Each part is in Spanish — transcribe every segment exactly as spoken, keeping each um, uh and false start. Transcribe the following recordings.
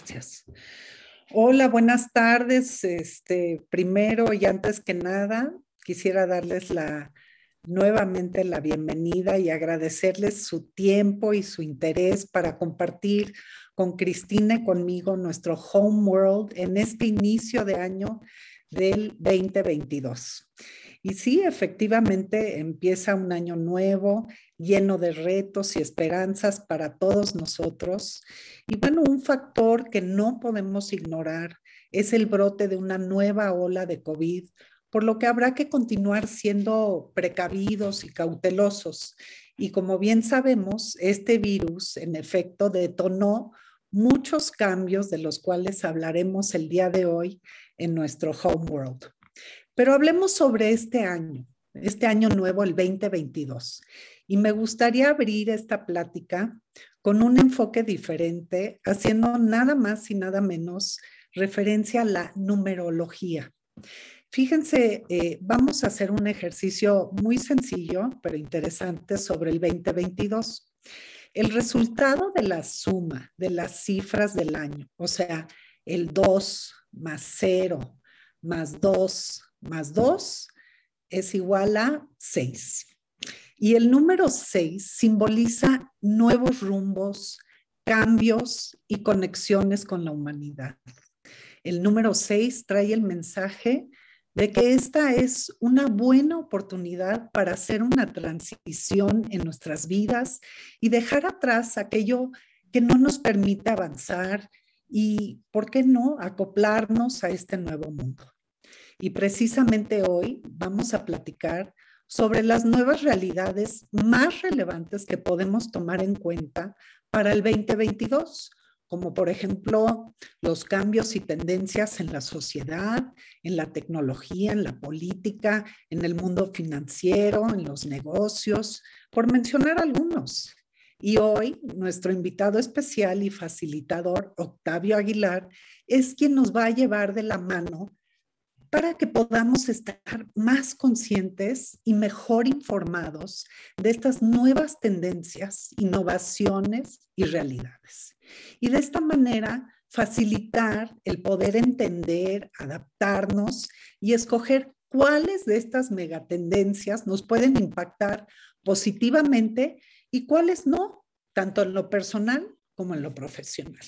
Gracias. Hola, buenas tardes. Este, primero y antes que nada, quisiera darles la, nuevamente la bienvenida y agradecerles su tiempo y su interés para compartir con Cristina y conmigo nuestro Home World en este inicio de año del veinte veintidós. Y sí, efectivamente empieza un año nuevo, lleno de retos y esperanzas para todos nosotros. Y bueno, un factor que no podemos ignorar es el brote de una nueva ola de COVID, por lo que habrá que continuar siendo precavidos y cautelosos. Y como bien sabemos, este virus en efecto detonó muchos cambios de los cuales hablaremos el día de hoy en nuestro Home World. Pero hablemos sobre este año, este año nuevo, el veinte veintidós. Y me gustaría abrir esta plática con un enfoque diferente, haciendo nada más y nada menos referencia a la numerología. Fíjense, eh, vamos a hacer un ejercicio muy sencillo, pero interesante sobre el veinte veintidós. El resultado de la suma de las cifras del año, o sea, el dos más cero más dos más dos es igual a seis. Y el número seis simboliza nuevos rumbos, cambios y conexiones con la humanidad. El número seis trae el mensaje de que esta es una buena oportunidad para hacer una transición en nuestras vidas y dejar atrás aquello que no nos permite avanzar y, ¿por qué no?, acoplarnos a este nuevo mundo. Y precisamente hoy vamos a platicar sobre las nuevas realidades más relevantes que podemos tomar en cuenta para el veinte veintidós, como por ejemplo los cambios y tendencias en la sociedad, en la tecnología, en la política, en el mundo financiero, en los negocios, por mencionar algunos. Y hoy nuestro invitado especial y facilitador, Octavio Aguilar, es quien nos va a llevar de la mano para que podamos estar más conscientes y mejor informados de estas nuevas tendencias, innovaciones y realidades. Y de esta manera facilitar el poder entender, adaptarnos y escoger cuáles de estas megatendencias nos pueden impactar positivamente y cuáles no, tanto en lo personal como en lo profesional.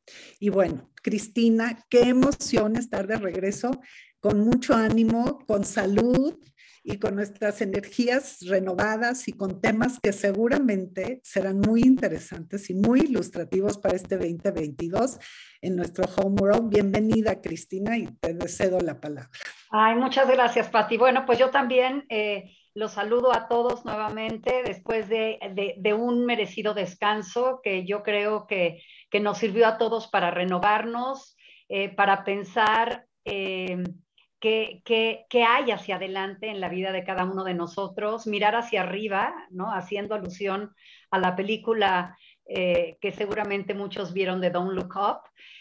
Y bueno, Cristina, qué emoción estar de regreso con mucho ánimo, con salud y con nuestras energías renovadas y con temas que seguramente serán muy interesantes y muy ilustrativos para este veinte veintidós en nuestro Home World. Bienvenida, Cristina, y te cedo la palabra. Ay, muchas gracias, Pati. Bueno, pues yo también eh, los saludo a todos nuevamente después de, de, de un merecido descanso que yo creo que, que nos sirvió a todos para renovarnos, eh, para pensar eh, qué, qué, qué hay hacia adelante en la vida de cada uno de nosotros, mirar hacia arriba, ¿no? Haciendo alusión a la película eh, que seguramente muchos vieron de Don't Look Up.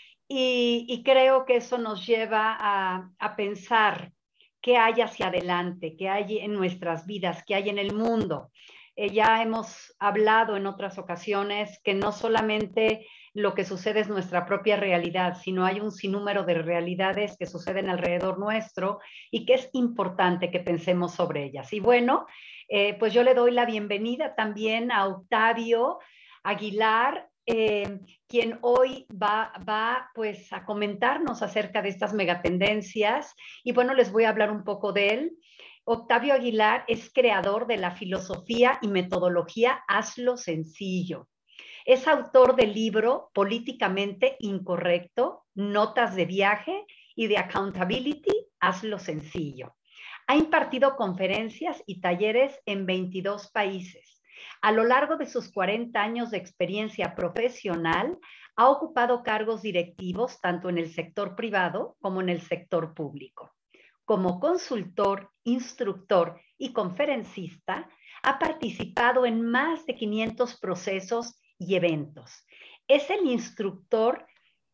Y, y creo que eso nos lleva a, a pensar qué hay hacia adelante, qué hay en nuestras vidas, qué hay en el mundo. Eh, ya hemos hablado en otras ocasiones que no solamente lo que sucede es nuestra propia realidad, sino hay un sinnúmero de realidades que suceden alrededor nuestro y que es importante que pensemos sobre ellas. Y bueno, eh, pues yo le doy la bienvenida también a Octavio Aguilar, eh, quien hoy va, va pues a comentarnos acerca de estas megatendencias. Y bueno, les voy a hablar un poco de él. Octavio Aguilar es creador de la filosofía y metodología Hazlo Sencillo. Es autor del libro Políticamente Incorrecto, Notas de Viaje y de Accountability, Hazlo Sencillo. Ha impartido conferencias y talleres en veintidós países. A lo largo de sus cuarenta años de experiencia profesional, ha ocupado cargos directivos tanto en el sector privado como en el sector público. Como consultor, instructor y conferencista, ha participado en más de quinientos procesos y eventos. Es el instructor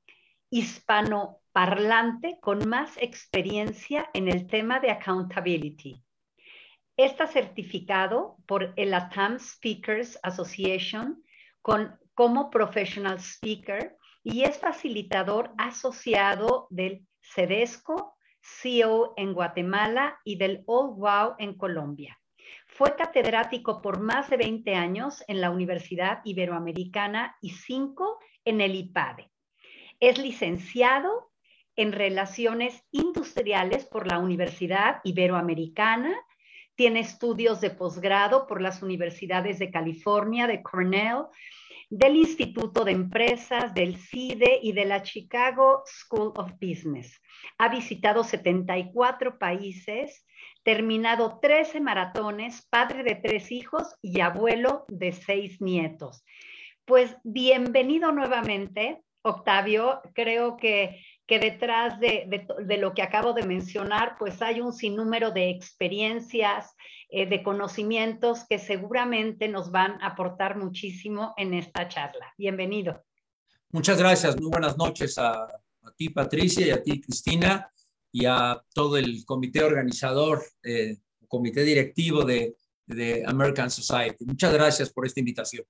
hispanoparlante con más experiencia en el tema de accountability. Está certificado por el A T A M Speakers Association con, como Professional Speaker y es facilitador asociado del CEDESCO, C E O en Guatemala y del All Wow en Colombia. Fue catedrático por más de veinte años en la Universidad Iberoamericana y cinco en el IPADE. Es licenciado en Relaciones Industriales por la Universidad Iberoamericana. Tiene estudios de posgrado por las universidades de California, de Cornell, del Instituto de Empresas, del C I D E y de la Chicago School of Business. Ha visitado setenta y cuatro países, terminado trece maratones, padre de tres hijos y abuelo de seis nietos. Pues bienvenido nuevamente, Octavio. Creo que, que detrás de, de, de lo que acabo de mencionar, pues hay un sinnúmero de experiencias, eh, de conocimientos que seguramente nos van a aportar muchísimo en esta charla. Bienvenido. Muchas gracias. Muy buenas noches a, a ti, Patricia, y a ti, Cristina, y a todo el comité organizador, eh, comité directivo de, de American Society. Muchas gracias por esta invitación.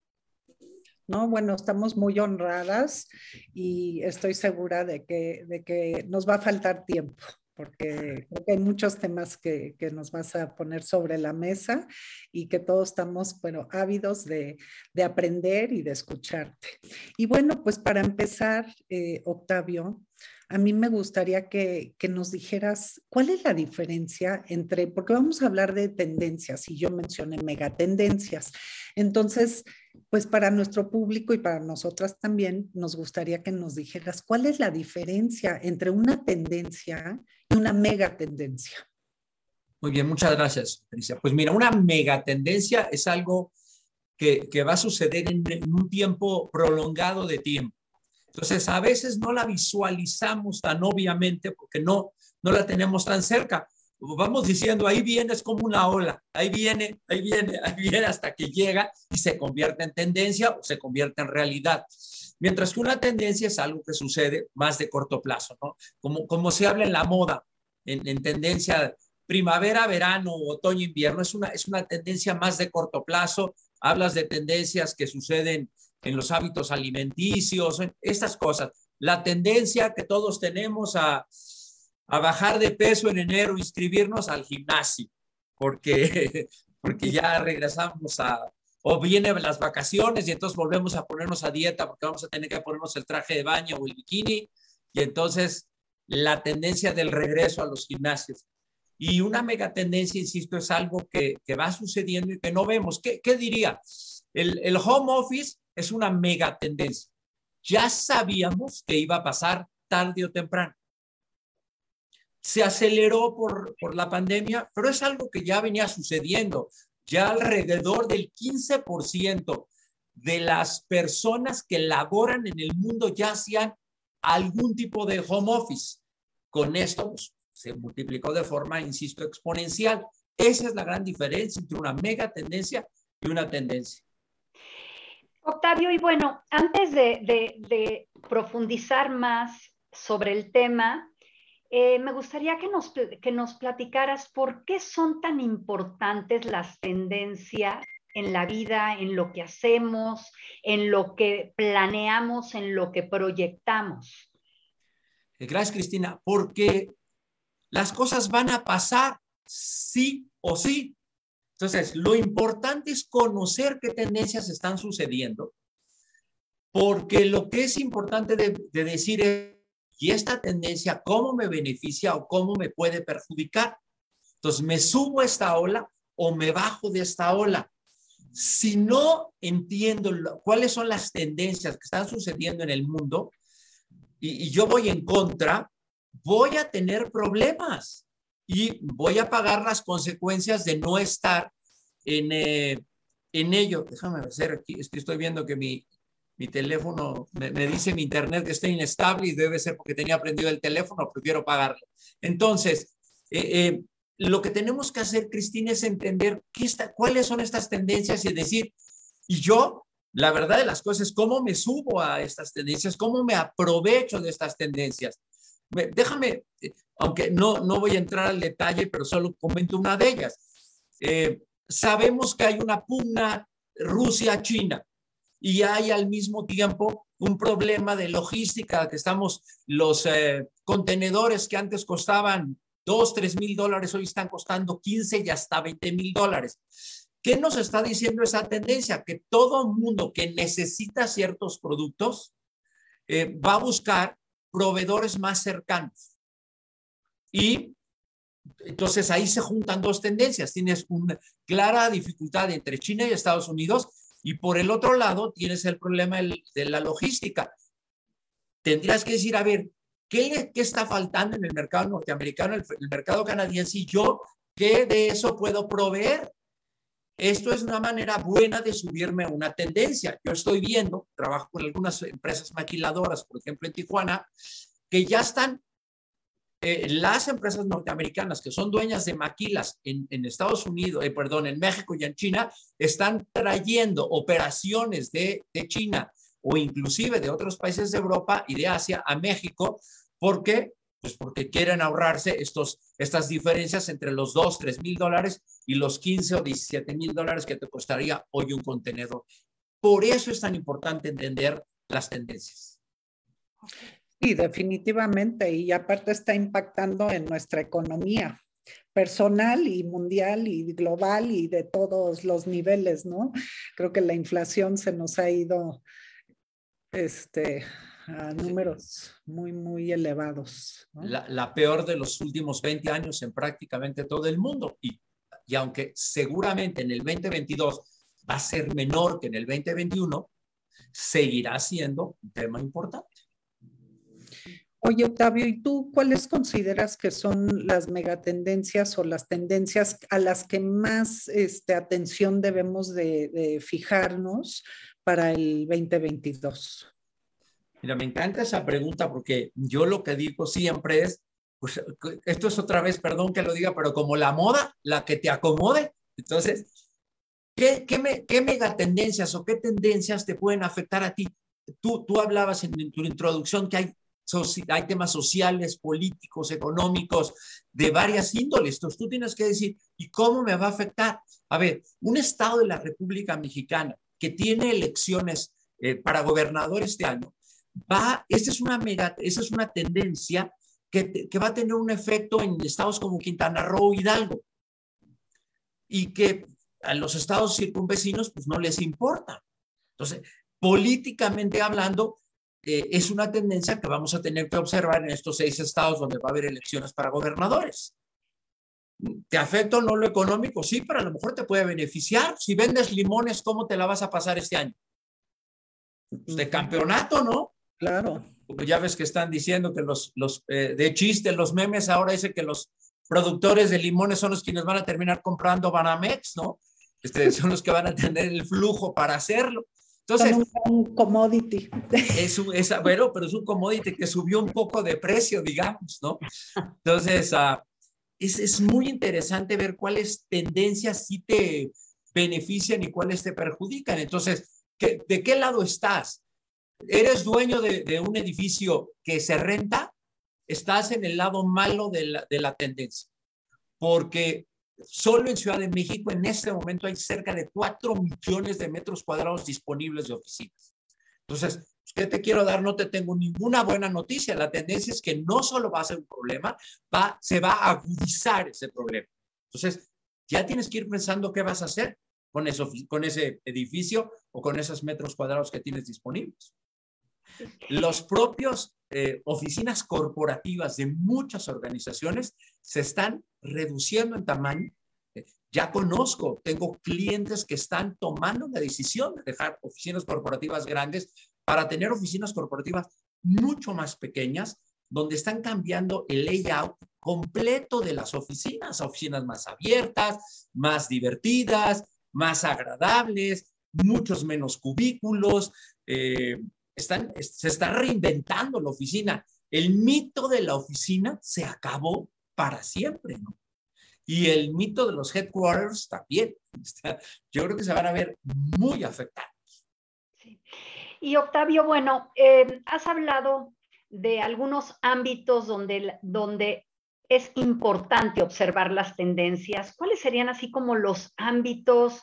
No, bueno, estamos muy honradas y estoy segura de que, de que nos va a faltar tiempo, porque creo que hay muchos temas que, que nos vas a poner sobre la mesa y que todos estamos, bueno, ávidos de, de aprender y de escucharte. Y bueno, pues para empezar, eh, Octavio, a mí me gustaría que, que nos dijeras cuál es la diferencia entre, porque vamos a hablar de tendencias y yo mencioné megatendencias. Entonces, pues para nuestro público y para nosotras también nos gustaría que nos dijeras cuál es la diferencia entre una tendencia y una megatendencia. Muy bien, muchas gracias, Patricia. Pues mira, una megatendencia es algo que, que va a suceder en, en un tiempo prolongado de tiempo. Entonces, a veces no la visualizamos tan obviamente porque no, no la tenemos tan cerca. Vamos diciendo, ahí viene, es como una ola, ahí viene, ahí viene, ahí viene, hasta que llega y se convierte en tendencia o se convierte en realidad. Mientras que una tendencia es algo que sucede más de corto plazo, ¿no? Como, como se habla en la moda, en, en tendencia primavera, verano, otoño, invierno, es una, es una tendencia más de corto plazo. Hablas de tendencias que suceden en los hábitos alimenticios, en estas cosas. La tendencia que todos tenemos a, a bajar de peso en enero, inscribirnos al gimnasio, porque, porque ya regresamos a, o vienen las vacaciones y entonces volvemos a ponernos a dieta porque vamos a tener que ponernos el traje de baño o el bikini, y entonces la tendencia del regreso a los gimnasios. Y una megatendencia, insisto, es algo que, que va sucediendo y que no vemos. ¿Qué, qué diría? El, el home office es una megatendencia. Ya sabíamos que iba a pasar tarde o temprano. Se aceleró por, por la pandemia, pero es algo que ya venía sucediendo. Ya alrededor del quince por ciento de las personas que laboran en el mundo ya hacían algún tipo de home office. Con esto pues, se multiplicó de forma, insisto, exponencial. Esa es la gran diferencia entre una megatendencia y una tendencia. Octavio, y bueno, antes de, de, de profundizar más sobre el tema, eh, me gustaría que nos, que nos platicaras por qué son tan importantes las tendencias en la vida, en lo que hacemos, en lo que planeamos, en lo que proyectamos. Gracias, Cristina, porque las cosas van a pasar sí o sí. Entonces, lo importante es conocer qué tendencias están sucediendo, porque lo que es importante de, de decir es, ¿y esta tendencia cómo me beneficia o cómo me puede perjudicar? Entonces, ¿me subo a esta ola o me bajo de esta ola? Si no entiendo lo, cuáles son las tendencias que están sucediendo en el mundo y, y yo voy en contra, voy a tener problemas. Y voy a pagar las consecuencias de no estar en, eh, en ello. Déjame ver aquí, es que estoy viendo que mi, mi teléfono, me, me dice mi internet que está inestable y debe ser porque tenía prendido el teléfono, prefiero pagarlo. Entonces, eh, eh, lo que tenemos que hacer, Cristina, es entender qué está, cuáles son estas tendencias y decir, y yo, la verdad de las cosas es cómo me subo a estas tendencias, cómo me aprovecho de estas tendencias. Déjame, aunque no, no voy a entrar al detalle, pero solo comento una de ellas. Eh, sabemos que hay una pugna Rusia-China y hay al mismo tiempo un problema de logística, que estamos, los eh, contenedores que antes costaban dos, tres mil dólares, hoy están costando quince y hasta veinte mil dólares. ¿Qué nos está diciendo esa tendencia? Que todo mundo que necesita ciertos productos eh, va a buscar proveedores más cercanos. Y entonces ahí se juntan dos tendencias. Tienes una clara dificultad entre China y Estados Unidos y por el otro lado tienes el problema de la logística. Tendrías que decir, a ver, ¿qué, qué está faltando en el mercado norteamericano, el, el mercado canadiense y yo qué de eso puedo proveer? Esto es una manera buena de subirme a una tendencia. Yo estoy viendo, trabajo con algunas empresas maquiladoras, por ejemplo en Tijuana, que ya están, eh, las empresas norteamericanas que son dueñas de maquilas en, en Estados Unidos, eh, perdón, en México y en China, están trayendo operaciones de, de China o inclusive de otros países de Europa y de Asia a México. ¿Por qué? Pues porque quieren ahorrarse estos, estas diferencias entre los dos, tres mil dólares y los quince o diecisiete mil dólares que te costaría hoy un contenedor. Por eso es tan importante entender las tendencias. Sí, definitivamente. Y aparte está impactando en nuestra economía personal y mundial y global y de todos los niveles, ¿no? Creo que la inflación se nos ha ido este, a números muy, muy elevados, ¿no? La, la peor de los últimos veinte años en prácticamente todo el mundo. Y, y aunque seguramente en el veinte veintidós va a ser menor que en el veinte veintiuno, seguirá siendo un tema importante. Oye, Octavio, ¿y tú cuáles consideras que son las megatendencias o las tendencias a las que más este, atención debemos de, de fijarnos para el veinte veintidós? Mira, me encanta esa pregunta porque yo lo que digo siempre es, pues, esto es otra vez, perdón que lo diga, pero como la moda, la que te acomode. Entonces, ¿qué, qué, me, qué megatendencias o qué tendencias te pueden afectar a ti? Tú, tú hablabas en, en tu introducción que hay hay temas sociales, políticos, económicos, de varias índoles. Entonces tú tienes que decir, ¿y cómo me va a afectar? A ver, un estado de la República Mexicana que tiene elecciones eh, para gobernador este año, va, esta es una mega, esta es una tendencia que, que va a tener un efecto en estados como Quintana Roo, Hidalgo, y que a los estados circunvecinos pues no les importa. Entonces, políticamente hablando, Eh, es una tendencia que vamos a tener que observar en estos seis estados donde va a haber elecciones para gobernadores. ¿Te afecta o no lo económico? Sí, pero a lo mejor te puede beneficiar. Si vendes limones, ¿cómo te la vas a pasar este año? Pues de campeonato, ¿no? Claro. Porque ya ves que están diciendo que los, los eh, de chiste, los memes ahora dicen que los productores de limones son los quienes van a terminar comprando Banamex, ¿no? Este, son los que van a tener el flujo para hacerlo. Entonces, un, un commodity. Es un, es, bueno, pero es un commodity que subió un poco de precio, digamos, ¿no? Entonces, uh, es, es muy interesante ver cuáles tendencias sí te benefician y cuáles te perjudican. Entonces, ¿qué, ¿de qué lado estás? ¿Eres dueño de, de un edificio que se renta? Estás en el lado malo de la, de la tendencia. Porque solo en Ciudad de México en este momento hay cerca de cuatro millones de metros cuadrados disponibles de oficinas. Entonces, ¿qué te quiero dar? No te tengo ninguna buena noticia. La tendencia es que no solo va a ser un problema, va, se va a agudizar ese problema. Entonces, ya tienes que ir pensando qué vas a hacer con, eso, con ese edificio o con esos metros cuadrados que tienes disponibles. Los propios eh, oficinas corporativas de muchas organizaciones se están reduciendo en tamaño. Eh, ya conozco, tengo clientes que están tomando la decisión de dejar oficinas corporativas grandes para tener oficinas corporativas mucho más pequeñas, donde están cambiando el layout completo de las oficinas, a oficinas más abiertas, más divertidas, más agradables, muchos menos cubículos. Eh, Están, se está reinventando la oficina. El mito de la oficina se acabó para siempre, ¿no? Y el mito de los headquarters también. Yo creo que se van a ver muy afectados. Sí. Y Octavio, bueno, eh, has hablado de algunos ámbitos donde, donde es importante observar las tendencias. ¿Cuáles serían así como los ámbitos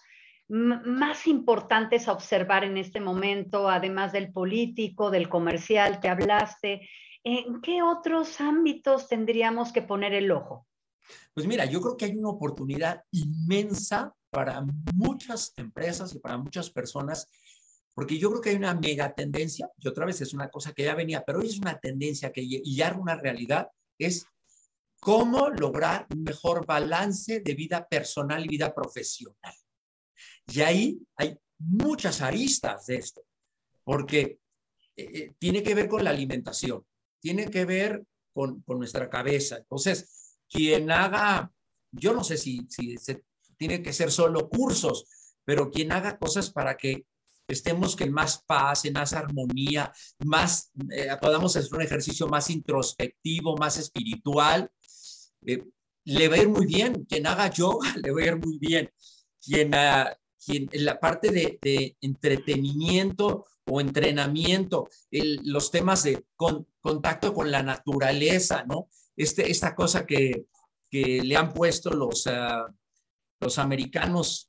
más importantes a observar en este momento, además del político, del comercial que hablaste? ¿En qué otros ámbitos tendríamos que poner el ojo? Pues mira, yo creo que hay una oportunidad inmensa para muchas empresas y para muchas personas, porque yo creo que hay una mega tendencia, y otra vez es una cosa que ya venía, pero hoy es una tendencia que y ya una realidad, es cómo lograr un mejor balance de vida personal y vida profesional. Y ahí hay muchas aristas de esto, porque eh, tiene que ver con la alimentación, tiene que ver con, con nuestra cabeza. Entonces, quien haga, yo no sé si, si se, tiene que ser solo cursos, pero quien haga cosas para que estemos en más paz, en más armonía, más, eh, podamos hacer un ejercicio más introspectivo, más espiritual, eh, le va a ir muy bien. Quien haga yoga, le va a ir muy bien. Quien, uh, quien en la parte de, de entretenimiento o entrenamiento, el, los temas de con, contacto con la naturaleza, ¿no? Este, esta cosa que, que le han puesto los, uh, los americanos,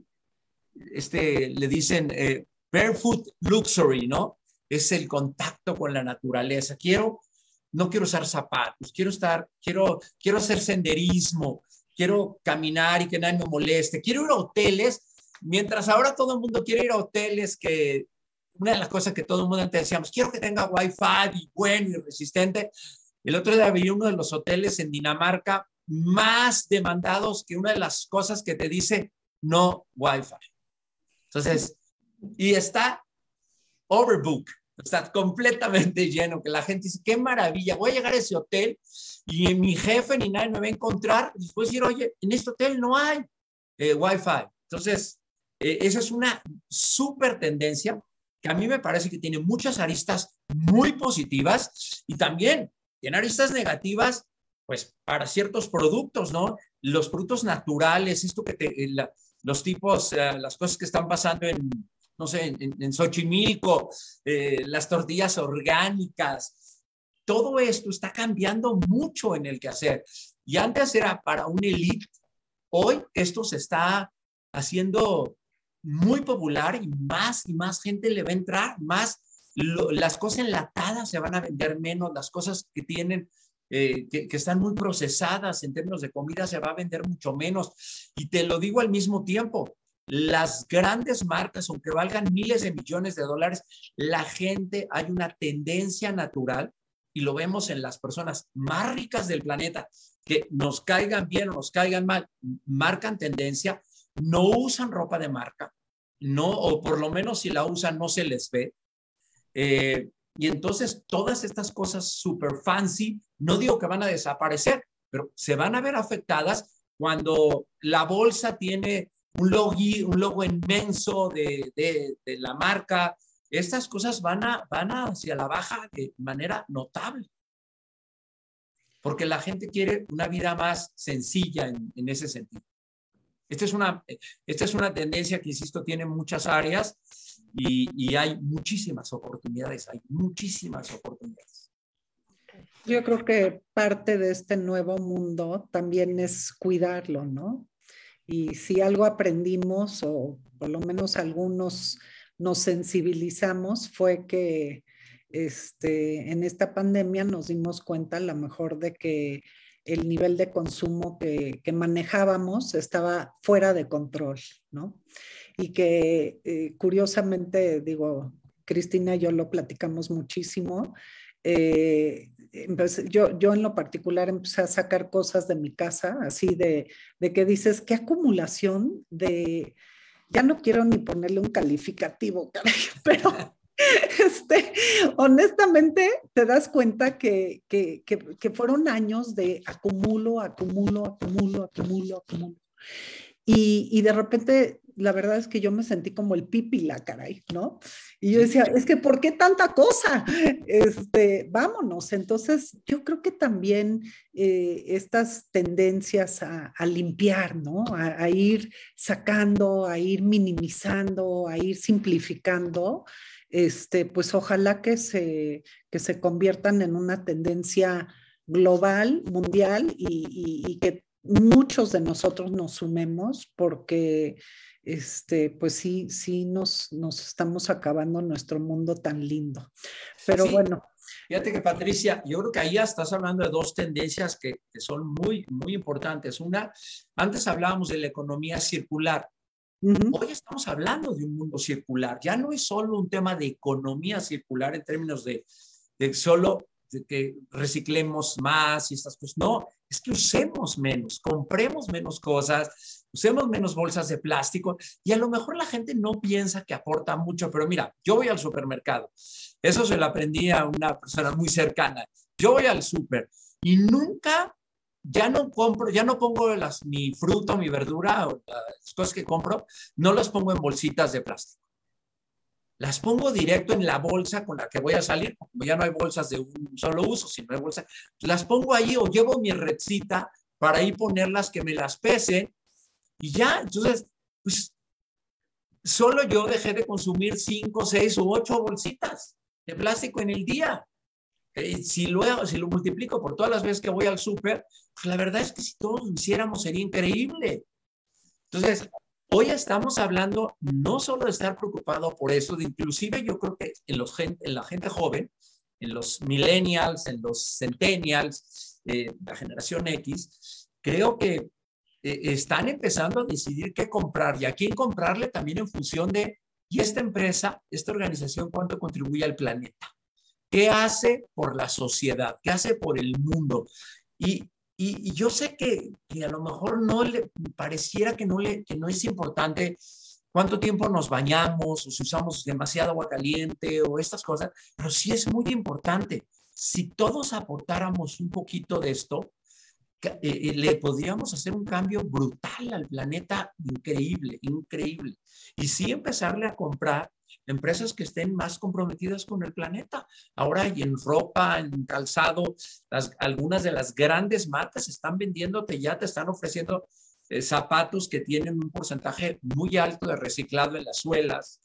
este, le dicen eh, barefoot luxury, ¿no? Es el contacto con la naturaleza. Quiero, no quiero usar zapatos, quiero estar, quiero, quiero hacer senderismo, quiero caminar y que nadie me moleste, quiero ir a hoteles, mientras ahora todo el mundo quiere ir a hoteles que, una de las cosas que todo el mundo antes decíamos, quiero que tenga wifi y bueno y resistente. El otro día vi uno de los hoteles en Dinamarca más demandados, que una de las cosas que te dice no wifi. Entonces, y está overbook, está completamente lleno, que la gente dice, qué maravilla, voy a llegar a ese hotel y mi jefe ni nadie me va a encontrar, y después decir, oye, en este hotel no hay eh, wifi. Entonces, eh, esa es una súper tendencia que a mí me parece que tiene muchas aristas muy positivas y también tiene aristas negativas, pues, para ciertos productos, ¿no? Los productos naturales, esto que te, la, los tipos, uh, las cosas que están pasando en, no sé, en, en Xochimilco, eh, las tortillas orgánicas, todo esto está cambiando mucho en el quehacer. Y antes era para un elite, hoy esto se está haciendo muy popular y más y más gente le va a entrar, más lo, las cosas enlatadas se van a vender menos, las cosas que tienen, eh, que, que están muy procesadas en términos de comida se va a vender mucho menos. Y te lo digo al mismo tiempo, las grandes marcas, aunque valgan miles de millones de dólares, la gente, hay una tendencia natural y lo vemos en las personas más ricas del planeta, que nos caigan bien o nos caigan mal, marcan tendencia, no usan ropa de marca, no, o por lo menos si la usan no se les ve. Eh, y entonces todas estas cosas super fancy, no digo que van a desaparecer, pero se van a ver afectadas cuando la bolsa tiene un logo, un logo inmenso de, de, de la marca. Estas cosas van, a, van a hacia la baja de manera notable. Porque la gente quiere una vida más sencilla en, en ese sentido. Esta es, una, esta es una tendencia que, insisto, tiene muchas áreas y, y hay muchísimas oportunidades, hay muchísimas oportunidades. Yo creo que parte de este nuevo mundo también es cuidarlo, ¿no? Y si algo aprendimos, o por lo menos algunos nos sensibilizamos, fue que este, en esta pandemia nos dimos cuenta a lo mejor de que el nivel de consumo que, que manejábamos estaba fuera de control, ¿no? Y que eh, curiosamente, digo, Cristina y yo lo platicamos muchísimo. Eh, empecé, yo, yo en lo particular empecé a sacar cosas de mi casa, así de, de que dices, qué acumulación de, ya no quiero ni ponerle un calificativo, caray, pero... Este, honestamente te das cuenta que, que, que, que fueron años de acumulo, acumulo, acumulo, acumulo, acumulo. Y, y de repente, la verdad es que yo me sentí como el pípila, caray, ¿no? Y yo decía, es que ¿por qué tanta cosa? Este, vámonos. Entonces, yo creo que también eh, estas tendencias a, a limpiar, ¿no? A, a ir sacando, a ir minimizando, a ir simplificando, este, pues ojalá que se, que se conviertan en una tendencia global, mundial, y, y, y que muchos de nosotros nos sumemos porque este, pues sí, sí nos, nos estamos acabando nuestro mundo tan lindo. Pero Sí. bueno. Fíjate que, Patricia, yo creo que ahí ya estás hablando de dos tendencias que, que son muy, muy importantes. Una, antes hablábamos de la economía circular. Uh-huh. Hoy estamos hablando de un mundo circular. Ya no es solo un tema de economía circular en términos de, de solo de que reciclemos más y estas cosas. No, es que usemos menos, compremos menos cosas, usemos menos bolsas de plástico y a lo mejor la gente no piensa que aporta mucho, pero mira, yo voy al supermercado. Eso se lo aprendí a una persona muy cercana. Yo voy al súper y nunca, ya no compro, ya no pongo las, mi fruta, mi verdura, o las cosas que compro, no las pongo en bolsitas de plástico. Las pongo directo en la bolsa con la que voy a salir, como ya no hay bolsas de un solo uso, sino hay bolsas, las pongo ahí o llevo mi redcita para ahí ponerlas que me las pesen y ya, entonces, pues, solo yo dejé de consumir cinco, seis u ocho bolsitas de plástico en el día. Eh, si, lo, si lo multiplico por todas las veces que voy al súper, pues la verdad es que si todos lo hiciéramos sería increíble. Entonces, hoy estamos hablando no solo de estar preocupado por eso, de inclusive yo creo que en, los, en la gente joven, en los millennials, en los centennials, eh, la generación X, creo que eh, están empezando a decidir qué comprar y a quién comprarle también en función de, ¿y esta empresa, esta organización cuánto contribuye al planeta? ¿Qué hace por la sociedad? ¿Qué hace por el mundo? Y, y, y yo sé que, que a lo mejor no le pareciera que no, le, que no es importante cuánto tiempo nos bañamos o si usamos demasiada agua caliente o estas cosas, pero sí es muy importante. Si todos aportáramos un poquito de esto, eh, le podríamos hacer un cambio brutal al planeta, increíble, increíble. Y sí empezarle a comprar empresas que estén más comprometidas con el planeta. Ahora y en ropa, en calzado, las, algunas de las grandes marcas están vendiéndote, ya te están ofreciendo eh, zapatos que tienen un porcentaje muy alto de reciclado en las suelas.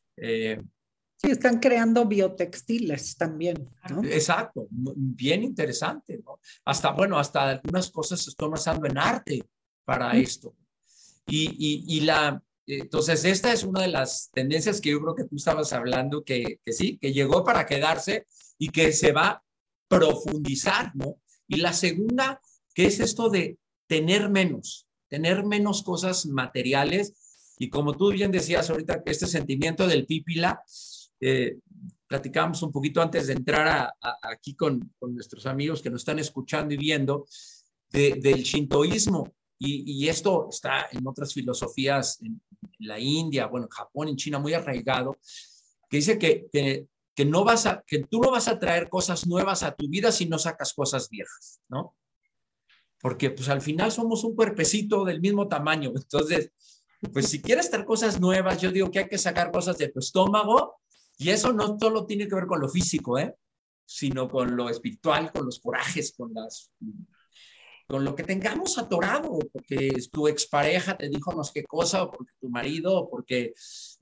Eh, sí, están creando biotextiles también, ¿no? Exacto, bien interesante, ¿no? Hasta, bueno, hasta algunas cosas se están usando en arte para ¿sí? esto. Y, y, y la... Entonces, esta es una de las tendencias que yo creo que tú estabas hablando, que, que sí, que llegó para quedarse y que se va a profundizar, ¿no? Y la segunda, que es esto de tener menos, tener menos cosas materiales. Y como tú bien decías ahorita, este sentimiento del pípila, eh, platicábamos un poquito antes de entrar a, a, aquí con, con nuestros amigos que nos están escuchando y viendo, de, del shintoísmo. Y, y esto está en otras filosofías, en la India, bueno, en Japón, en China, muy arraigado, que dice que, que, que, no vas a, que tú no vas a traer cosas nuevas a tu vida si no sacas cosas viejas, ¿no? Porque pues al final somos un cuerpecito del mismo tamaño. Entonces, pues si quieres traer cosas nuevas, yo digo que hay que sacar cosas de tu estómago y eso no solo tiene que ver con lo físico, ¿eh? Sino con lo espiritual, con los corajes, con las... con lo que tengamos atorado, porque tu expareja te dijo no sé qué cosa, o porque tu marido, o porque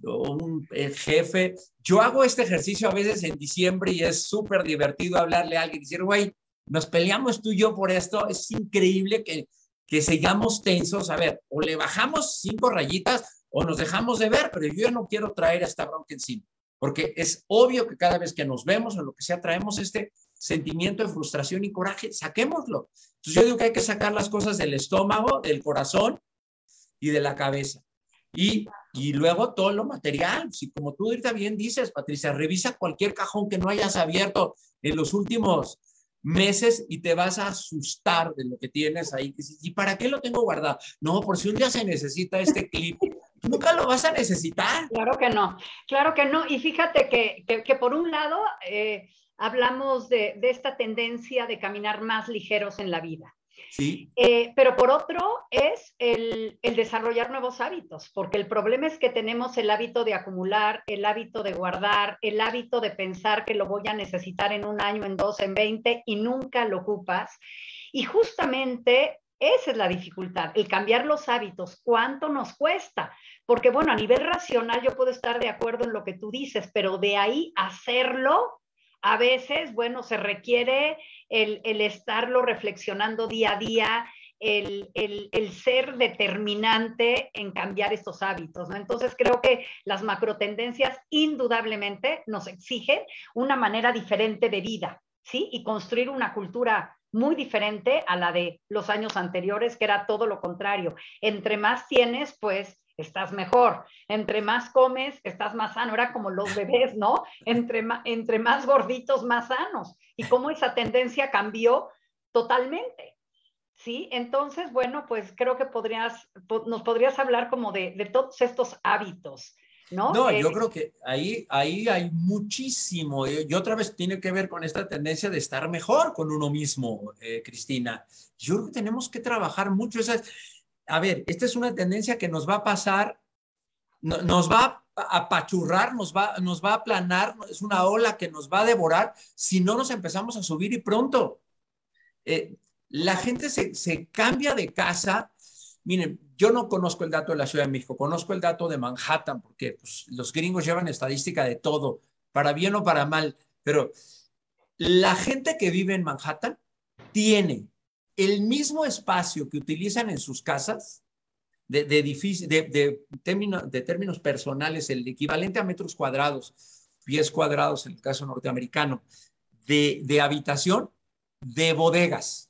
un jefe. Yo hago este ejercicio a veces en diciembre y es súper divertido hablarle a alguien y decir, güey, nos peleamos tú y yo por esto, es increíble que, que sigamos tensos. A ver, o le bajamos cinco rayitas o nos dejamos de ver, pero yo no quiero traer esta bronca encima, porque es obvio que cada vez que nos vemos o lo que sea, traemos este sentimiento de frustración y coraje, saquémoslo. Entonces yo digo que hay que sacar las cosas del estómago, del corazón y de la cabeza. Y, y luego todo lo material. Si como tú ahorita bien dices, Patricia, revisa cualquier cajón que no hayas abierto en los últimos meses y te vas a asustar de lo que tienes ahí. ¿Y para qué lo tengo guardado? No, por si un día se necesita este clip. Nunca lo vas a necesitar. Claro que no, claro que no. Y fíjate que, que, que por un lado... Eh, hablamos de, de esta tendencia de caminar más ligeros en la vida. Sí. Eh, pero por otro es el, el desarrollar nuevos hábitos, porque el problema es que tenemos el hábito de acumular, el hábito de guardar, el hábito de pensar que lo voy a necesitar en un año, en dos, en veinte, y nunca lo ocupas. Y justamente esa es la dificultad, el cambiar los hábitos. ¿Cuánto nos cuesta? Porque bueno, a nivel racional yo puedo estar de acuerdo en lo que tú dices, pero de ahí hacerlo, a veces, bueno, se requiere el, el estarlo reflexionando día a día el, el, el ser determinante en cambiar estos hábitos, ¿no? Entonces creo que las macrotendencias indudablemente nos exigen una manera diferente de vida, ¿sí? Y construir una cultura muy diferente a la de los años anteriores, que era todo lo contrario. Entre más tienes, pues estás mejor. Entre más comes, estás más sano. Era como los bebés, ¿no? Entre, entre más gorditos, más sanos. Y cómo esa tendencia cambió totalmente. ¿Sí? Entonces, bueno, pues creo que podrías, nos podrías hablar como de, de todos estos hábitos, ¿no? No, Eh, yo creo que ahí, ahí hay muchísimo. Y otra vez tiene que ver con esta tendencia de estar mejor con uno mismo, eh, Cristina. Yo creo que tenemos que trabajar mucho. Esas, a ver, esta es una tendencia que nos va a pasar, no, nos va a apachurrar, nos va, nos va a aplanar, es una ola que nos va a devorar si no nos empezamos a subir y pronto. Eh, la gente se, se cambia de casa. Miren, yo no conozco el dato de la Ciudad de México, conozco el dato de Manhattan, porque pues, los gringos llevan estadística de todo, para bien o para mal, pero la gente que vive en Manhattan tiene el mismo espacio que utilizan en sus casas, de, de, edificio, de, de, término, de términos personales, el equivalente a metros cuadrados, pies cuadrados en el caso norteamericano, de, de habitación, de bodegas.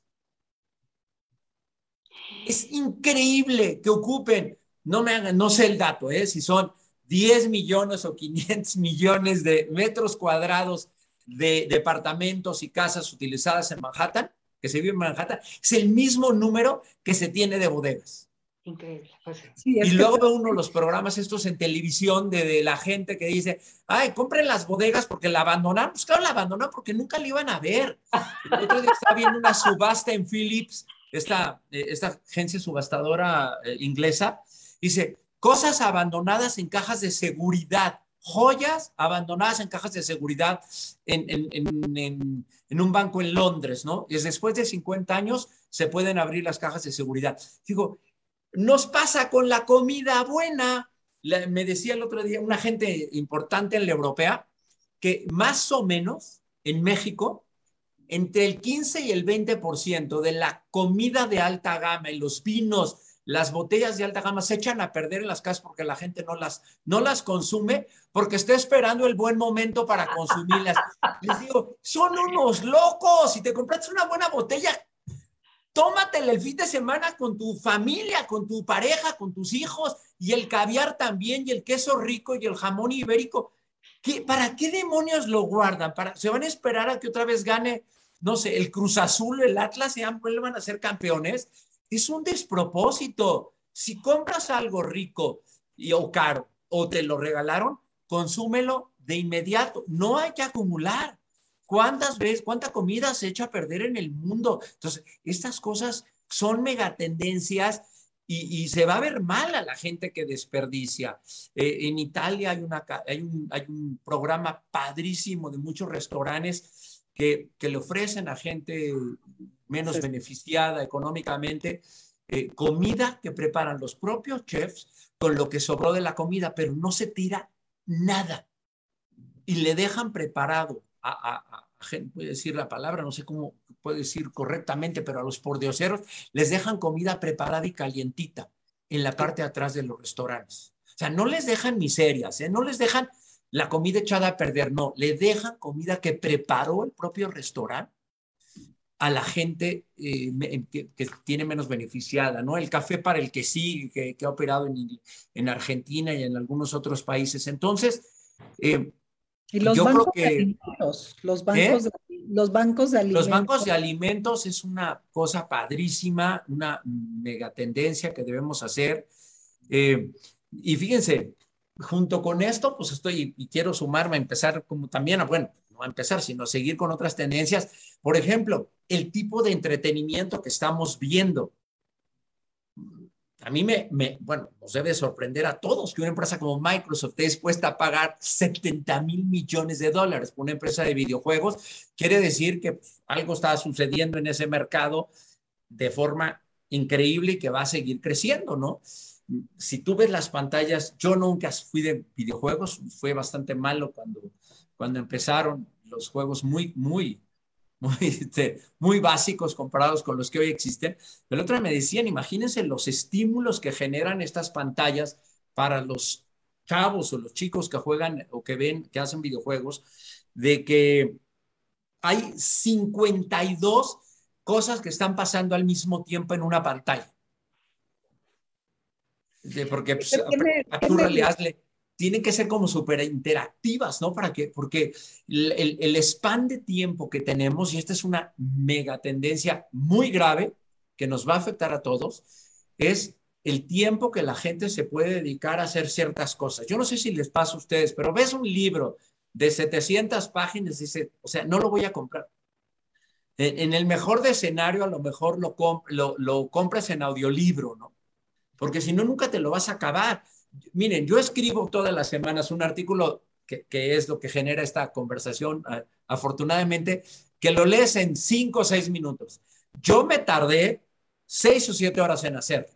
Es increíble que ocupen, no me hagan, no sé el dato, ¿eh? Si son diez millones o quinientos millones de metros cuadrados de departamentos y casas utilizadas en Manhattan, que se vive en Manhattan, es el mismo número que se tiene de bodegas. Increíble. Pues. Sí, y luego ve uno los programas estos en televisión de, de la gente que dice, ay, compren las bodegas porque la abandonaron. Pues claro, la abandonaron porque nunca la iban a ver. El otro día estaba viendo una subasta en Philips, esta, esta agencia subastadora eh, inglesa, dice, cosas abandonadas en cajas de seguridad, joyas abandonadas en cajas de seguridad en, en, en, en, en un banco en Londres, ¿no? Y después de cincuenta años se pueden abrir las cajas de seguridad. Digo, nos pasa con la comida buena. La, me decía el otro día una gente importante en la europea que más o menos en México entre el quince y el veinte por ciento de la comida de alta gama y los vinos, las botellas de alta gama se echan a perder en las casas porque la gente no las, no las consume porque está esperando el buen momento para consumirlas. Les digo, son unos locos. Si te compraste una buena botella, tómatela el fin de semana con tu familia, con tu pareja, con tus hijos, y el caviar también, y el queso rico, y el jamón ibérico. ¿Qué, ¿Para qué demonios lo guardan? ¿Para, ¿Se van a esperar a que otra vez gane, no sé, el Cruz Azul, el Atlas, y vuelvan a ser campeones? Es un despropósito. Si compras algo rico y, o caro, o te lo regalaron, consúmelo de inmediato. No hay que acumular. ¿Cuántas veces, cuánta comida se echa a perder en el mundo? Entonces, estas cosas son megatendencias y, y se va a ver mal a la gente que desperdicia. Eh, en Italia hay, una, hay, un, hay un programa padrísimo de muchos restaurantes que, que le ofrecen a gente menos sí. beneficiada económicamente eh, comida que preparan los propios chefs con lo que sobró de la comida, pero no se tira nada y le dejan preparado a, a, a gente, voy a decir la palabra, no sé cómo puedo decir correctamente, pero a los pordioseros les dejan comida preparada y calientita en la parte de atrás de los restaurantes. O sea, no les dejan miserias, ¿eh? No les dejan la comida echada a perder, no, le dejan comida que preparó el propio restaurante a la gente eh, que, que tiene menos beneficiada, ¿no? El café para el que sí, que, que ha operado en, en Argentina y en algunos otros países. Entonces, eh, y los yo bancos creo que, de alimentos, los bancos, ¿eh? de, los bancos de alimentos. Los bancos de alimentos es una cosa padrísima, una megatendencia que debemos hacer. Eh, y fíjense, junto con esto, pues estoy y quiero sumarme a empezar como también, a, bueno, no a empezar, sino a seguir con otras tendencias. Por ejemplo, el tipo de entretenimiento que estamos viendo. A mí me, me, bueno, nos debe sorprender a todos que una empresa como Microsoft esté dispuesta a pagar setenta mil millones de dólares por una empresa de videojuegos. Quiere decir que pues, algo está sucediendo en ese mercado de forma increíble y que va a seguir creciendo, ¿no? Si tú ves las pantallas, yo nunca fui de videojuegos, fue bastante malo cuando, cuando empezaron los juegos muy, muy, muy, este, muy básicos comparados con los que hoy existen. El otro me decían, imagínense los estímulos que generan estas pantallas para los chavos o los chicos que juegan o que ven, que hacen videojuegos, de que hay cincuenta y dos cosas que están pasando al mismo tiempo en una pantalla. De, porque pues, tiene, apachurrale, hazle. Tienen que ser como súper interactivas, ¿no? Para que, porque el, el, el span de tiempo que tenemos, y esta es una mega tendencia muy grave que nos va a afectar a todos, es el tiempo que la gente se puede dedicar a hacer ciertas cosas. Yo no sé si les pasa a ustedes, pero ves un libro de setecientas páginas y dices, o sea, no lo voy a comprar. En, en el mejor de escenario, a lo mejor lo, comp lo, lo compras en audiolibro, ¿no? Porque si no, nunca te lo vas a acabar. Miren, yo escribo todas las semanas un artículo que, que es lo que genera esta conversación, afortunadamente, que lo lees en cinco o seis minutos. Yo me tardé seis o siete horas en hacerlo,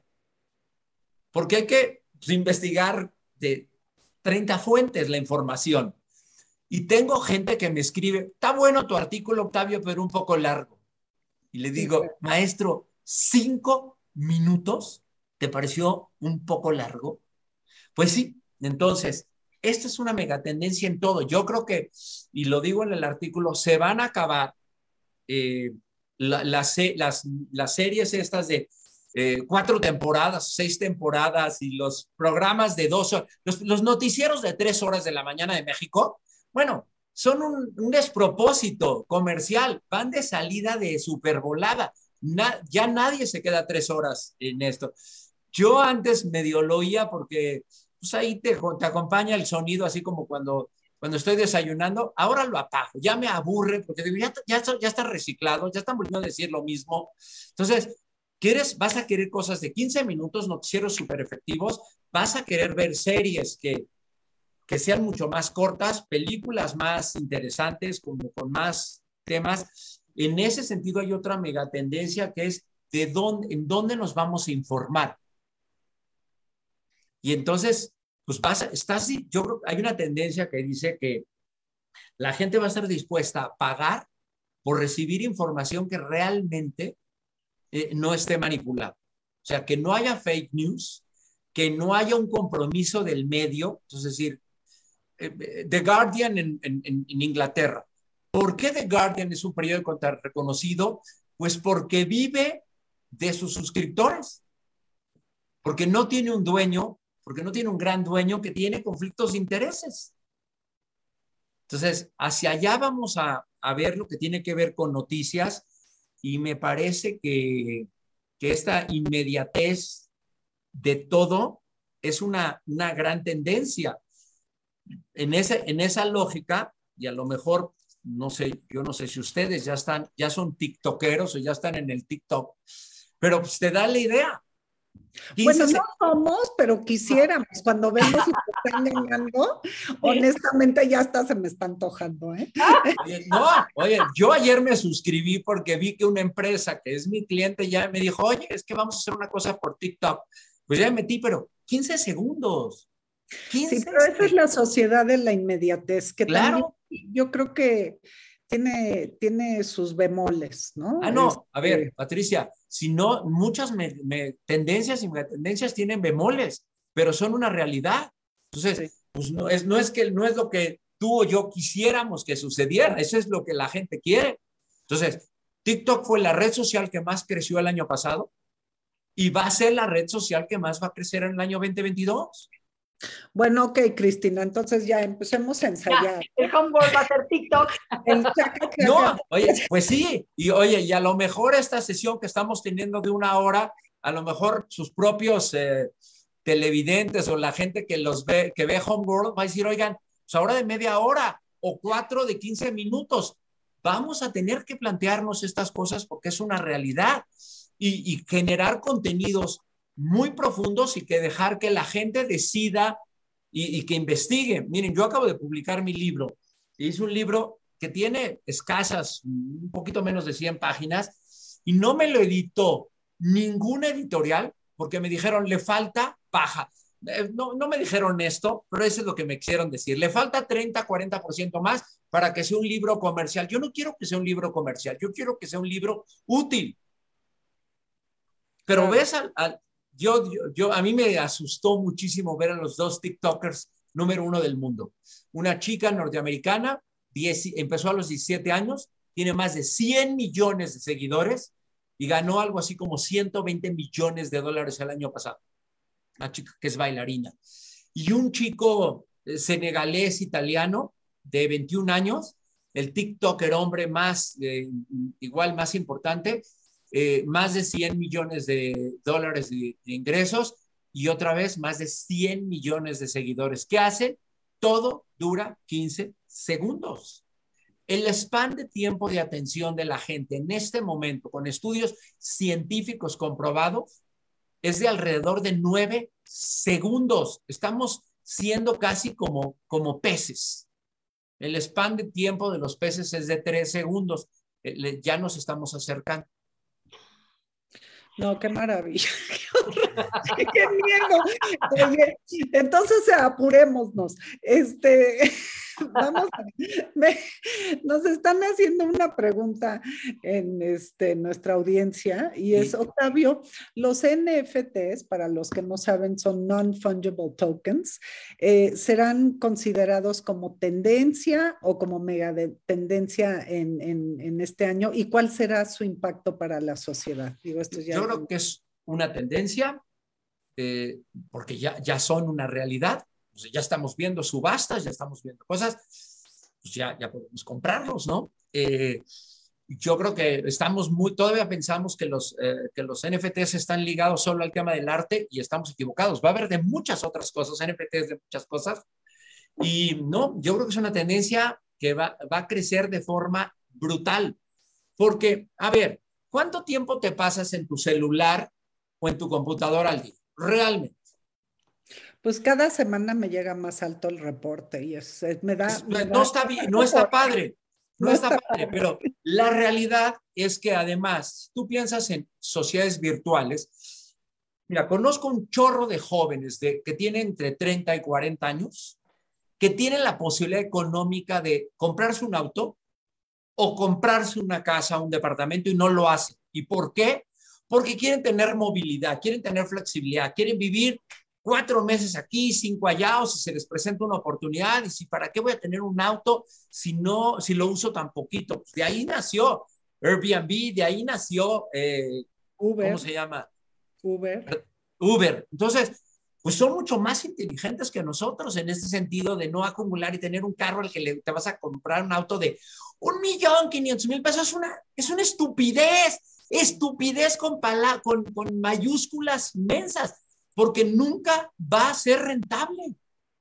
porque hay que pues, investigar de treinta fuentes la información. Y tengo gente que me escribe, está bueno tu artículo, Octavio, pero un poco largo. Y le digo, sí, maestro, cinco minutos, ¿te pareció un poco largo? Pues sí, entonces, esta es una megatendencia en todo. Yo creo que, y lo digo en el artículo, se van a acabar eh, la, la, las, las series estas de eh, cuatro temporadas, seis temporadas y los programas de dos horas, los, los noticieros de tres horas de la mañana de México, bueno, son un, un despropósito comercial, van de salida de supervolada. Na, ya nadie se queda tres horas en esto. Yo antes medio lo oía porque pues ahí te, te acompaña el sonido, así como cuando, cuando estoy desayunando. Ahora lo apago, ya me aburre porque digo, ya, ya, ya está reciclado, ya están volviendo a decir lo mismo. Entonces, ¿quieres, vas a querer cosas de quince minutos, noticieros súper efectivos? ¿Vas a querer ver series que, que sean mucho más cortas, películas más interesantes, como con más temas? En ese sentido hay otra megatendencia que es de dónde, en dónde nos vamos a informar. Y entonces, pues vas, estás, yo creo que hay una tendencia que dice que la gente va a estar dispuesta a pagar por recibir información que realmente eh, no esté manipulada. O sea, que no haya fake news, que no haya un compromiso del medio. Es decir, eh, The Guardian en, en, en Inglaterra. ¿Por qué The Guardian es un periódico tan reconocido? Pues porque vive de sus suscriptores. Porque no tiene un dueño, porque no tiene un gran dueño que tiene conflictos de intereses. Entonces, hacia allá vamos a, a ver lo que tiene que ver con noticias y me parece que, que esta inmediatez de todo es una, una gran tendencia. En, ese, en esa lógica, y a lo mejor, no sé, yo no sé si ustedes ya están, ya son tiktokeros o ya están en el TikTok, pero pues te da la idea. Bueno, no somos, pero quisiéramos. Cuando vemos y te están engañando, honestamente ya hasta se me está antojando, ¿eh? Oye, no, oye, yo ayer me suscribí porque vi que una empresa que es mi cliente ya me dijo, oye, es que vamos a hacer una cosa por TikTok. Pues ya me metí, pero quince segundos. quince sí, pero esa es la sociedad de la inmediatez, que claro. También yo creo que tiene, tiene sus bemoles, ¿no? Ah, no, este... a ver, Patricia, si no, muchas me, me, tendencias y megatendencias tienen bemoles, pero son una realidad. Entonces, sí. pues no es, no es que no es lo que tú o yo quisiéramos que sucediera, eso es lo que la gente quiere. Entonces, TikTok fue la red social que más creció el año pasado y va a ser la red social que más va a crecer en el año veinte veintidós. Bueno, ok, Cristina, entonces ya empecemos a ensayar. Ya, el homework va a ser TikTok. El chaca, chaca. No, oye, pues sí, y oye, y a lo mejor esta sesión que estamos teniendo de una hora, a lo mejor sus propios eh, televidentes o la gente que los ve, que ve Homeworld va a decir, oigan, pues ahora de media hora o cuatro de quince minutos, vamos a tener que plantearnos estas cosas porque es una realidad y, y generar contenidos muy profundos y que dejar que la gente decida y, y que investigue. Miren, yo acabo de publicar mi libro. Hice un libro que tiene escasas, un poquito menos de cien páginas, y no me lo editó ninguna editorial porque me dijeron, le falta paja. eh, no, no me dijeron esto, pero eso es lo que me quisieron decir. Le falta treinta, cuarenta por ciento más para que sea un libro comercial. Yo no quiero que sea un libro comercial, yo quiero que sea un libro útil. Pero claro. ves, al, al, yo, yo, yo, a mí me asustó muchísimo ver a los dos TikTokers número uno del mundo. Una chica norteamericana, diez, empezó a los diecisiete años, tiene más de cien millones de seguidores y ganó algo así como ciento veinte millones de dólares el año pasado. Una chica que es bailarina. Y un chico senegalés italiano de veintiún años, el TikToker hombre más, eh, igual más importante, eh, más de cien millones de dólares de, de ingresos y otra vez más de cien millones de seguidores. ¿Qué hacen? Todo dura quince segundos. El span de tiempo de atención de la gente en este momento, con estudios científicos comprobados, es de alrededor de nueve segundos. Estamos siendo casi como, como peces. El span de tiempo de los peces es de tres segundos. Ya nos estamos acercando. No, qué maravilla. Qué, qué miedo. Oye, entonces apurémonos. Este, vamos a, me, nos están haciendo una pregunta en este, nuestra audiencia y es, sí. Octavio, los N F Ts, para los que no saben, son non-fungible tokens, eh, ¿serán considerados como tendencia o como mega de tendencia en, en, en este año? ¿Y cuál será su impacto para la sociedad? Digo, esto ya Yo creo que es una tendencia eh, porque ya, ya son una realidad. O sea, ya estamos viendo subastas, ya estamos viendo cosas, pues ya, ya podemos comprarlos, ¿no? Eh, yo creo que estamos muy, todavía pensamos que los, eh, que los N F Ts están ligados solo al tema del arte y estamos equivocados. Va a haber de muchas otras cosas, N F Ts de muchas cosas. Y no, yo creo que es una tendencia que va, va a crecer de forma brutal. Porque, a ver, ¿cuánto tiempo te pasas en tu celular o en tu computadora al día? Realmente. Pues cada semana me llega más alto el reporte y es, me da... Es, me no, da está bien, no está padre, no, no está, está padre, padre, pero la realidad es que además, tú piensas en sociedades virtuales. Mira, conozco un chorro de jóvenes de, que tienen entre treinta y cuarenta años que tienen la posibilidad económica de comprarse un auto o comprarse una casa, un departamento y no lo hacen. ¿Y por qué? Porque quieren tener movilidad, quieren tener flexibilidad, quieren vivir cuatro meses aquí, cinco allá, o si se les presenta una oportunidad, y si para qué voy a tener un auto si no, si lo uso tan poquito. Pues de ahí nació Airbnb, de ahí nació, eh, Uber. ¿Cómo se llama? Uber. Uber. Entonces, pues son mucho más inteligentes que nosotros en este sentido de no acumular y tener un carro al que le, te vas a comprar un auto de un millón quinientos mil pesos. Es una, es una estupidez, estupidez con, pala, con, con mayúsculas inmensas. Porque nunca va a ser rentable,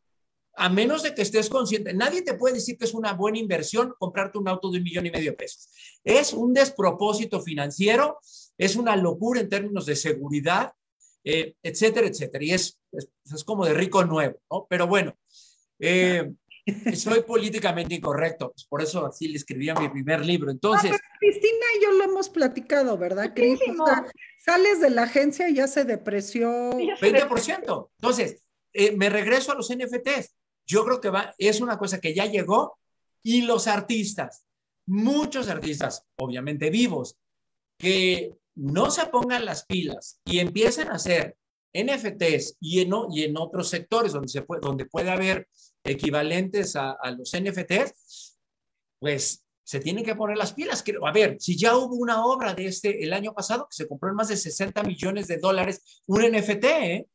a menos de que estés consciente. Nadie te puede decir que es una buena inversión comprarte un auto de un millón y medio de pesos. Es un despropósito financiero, es una locura en términos de seguridad, eh, etcétera, etcétera. Y es, es, es como de rico nuevo, ¿no? Pero bueno, eh, soy políticamente incorrecto, pues por eso así le escribí a mi primer libro. Entonces, ah, Cristina y yo lo hemos platicado, ¿verdad, Cris? O sea, sales de la agencia y ya se depreció. veinte por ciento. Entonces, eh, me regreso a los N F Ts. Yo creo que va, es una cosa que ya llegó y los artistas, muchos artistas, obviamente vivos, que no se pongan las pilas y empiecen a hacer N F Ts y en, y en otros sectores donde, se puede, donde puede haber equivalentes a, a los N F Ts, pues se tienen que poner las pilas. A ver, si ya hubo una obra de este el año pasado que se compró en más de sesenta millones de dólares, un N F T, ¿eh?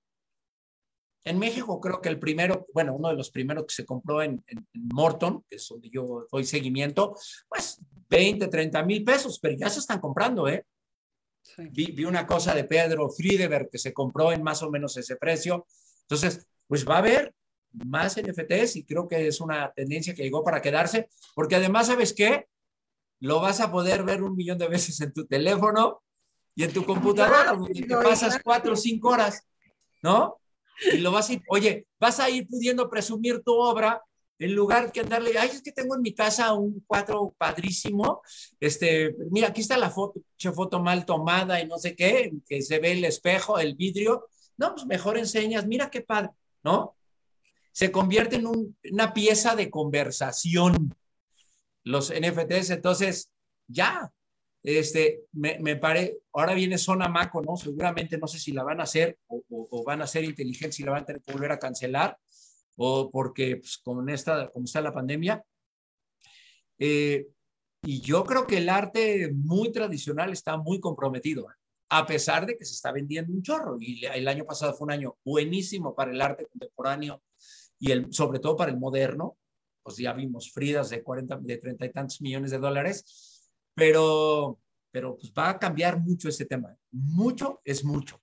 En México creo que el primero, bueno, uno de los primeros que se compró en, en, en Morton, que es donde yo doy seguimiento, pues veinte, treinta mil pesos, pero ya se están comprando, ¿eh? Sí. Vi, vi una cosa de Pedro Friedeberg que se compró en más o menos ese precio. Entonces, pues va a haber más N F Ts y creo que es una tendencia que llegó para quedarse, porque además, ¿sabes qué? Lo vas a poder ver un millón de veces en tu teléfono y en tu computadora, donde te pasas cuatro o cinco horas, ¿no? Y lo vas a ir, oye, vas a ir pudiendo presumir tu obra en lugar que andarle, ay, es que tengo en mi casa un cuadro padrísimo, este, mira, aquí está la foto, foto mal tomada y no sé qué, que se ve el espejo, el vidrio, No, pues mejor enseñas, mira qué padre, ¿no? Se convierte en un, una pieza de conversación los N F Ts, entonces ya, este, me, me pare, ahora viene Zona Maco, ¿no? Seguramente no sé si la van a hacer o, o, o van a ser inteligentes y la van a tener que volver a cancelar, o porque pues, con esta, como está la pandemia. Eh, y yo creo que el arte muy tradicional está muy comprometido, a pesar de que se está vendiendo un chorro. Y el año pasado fue un año buenísimo para el arte contemporáneo y el, sobre todo para el moderno. Pues ya vimos Fridas de cuarenta, de treinta y tantos millones de dólares, pero, pero pues va a cambiar mucho ese tema. Mucho es mucho.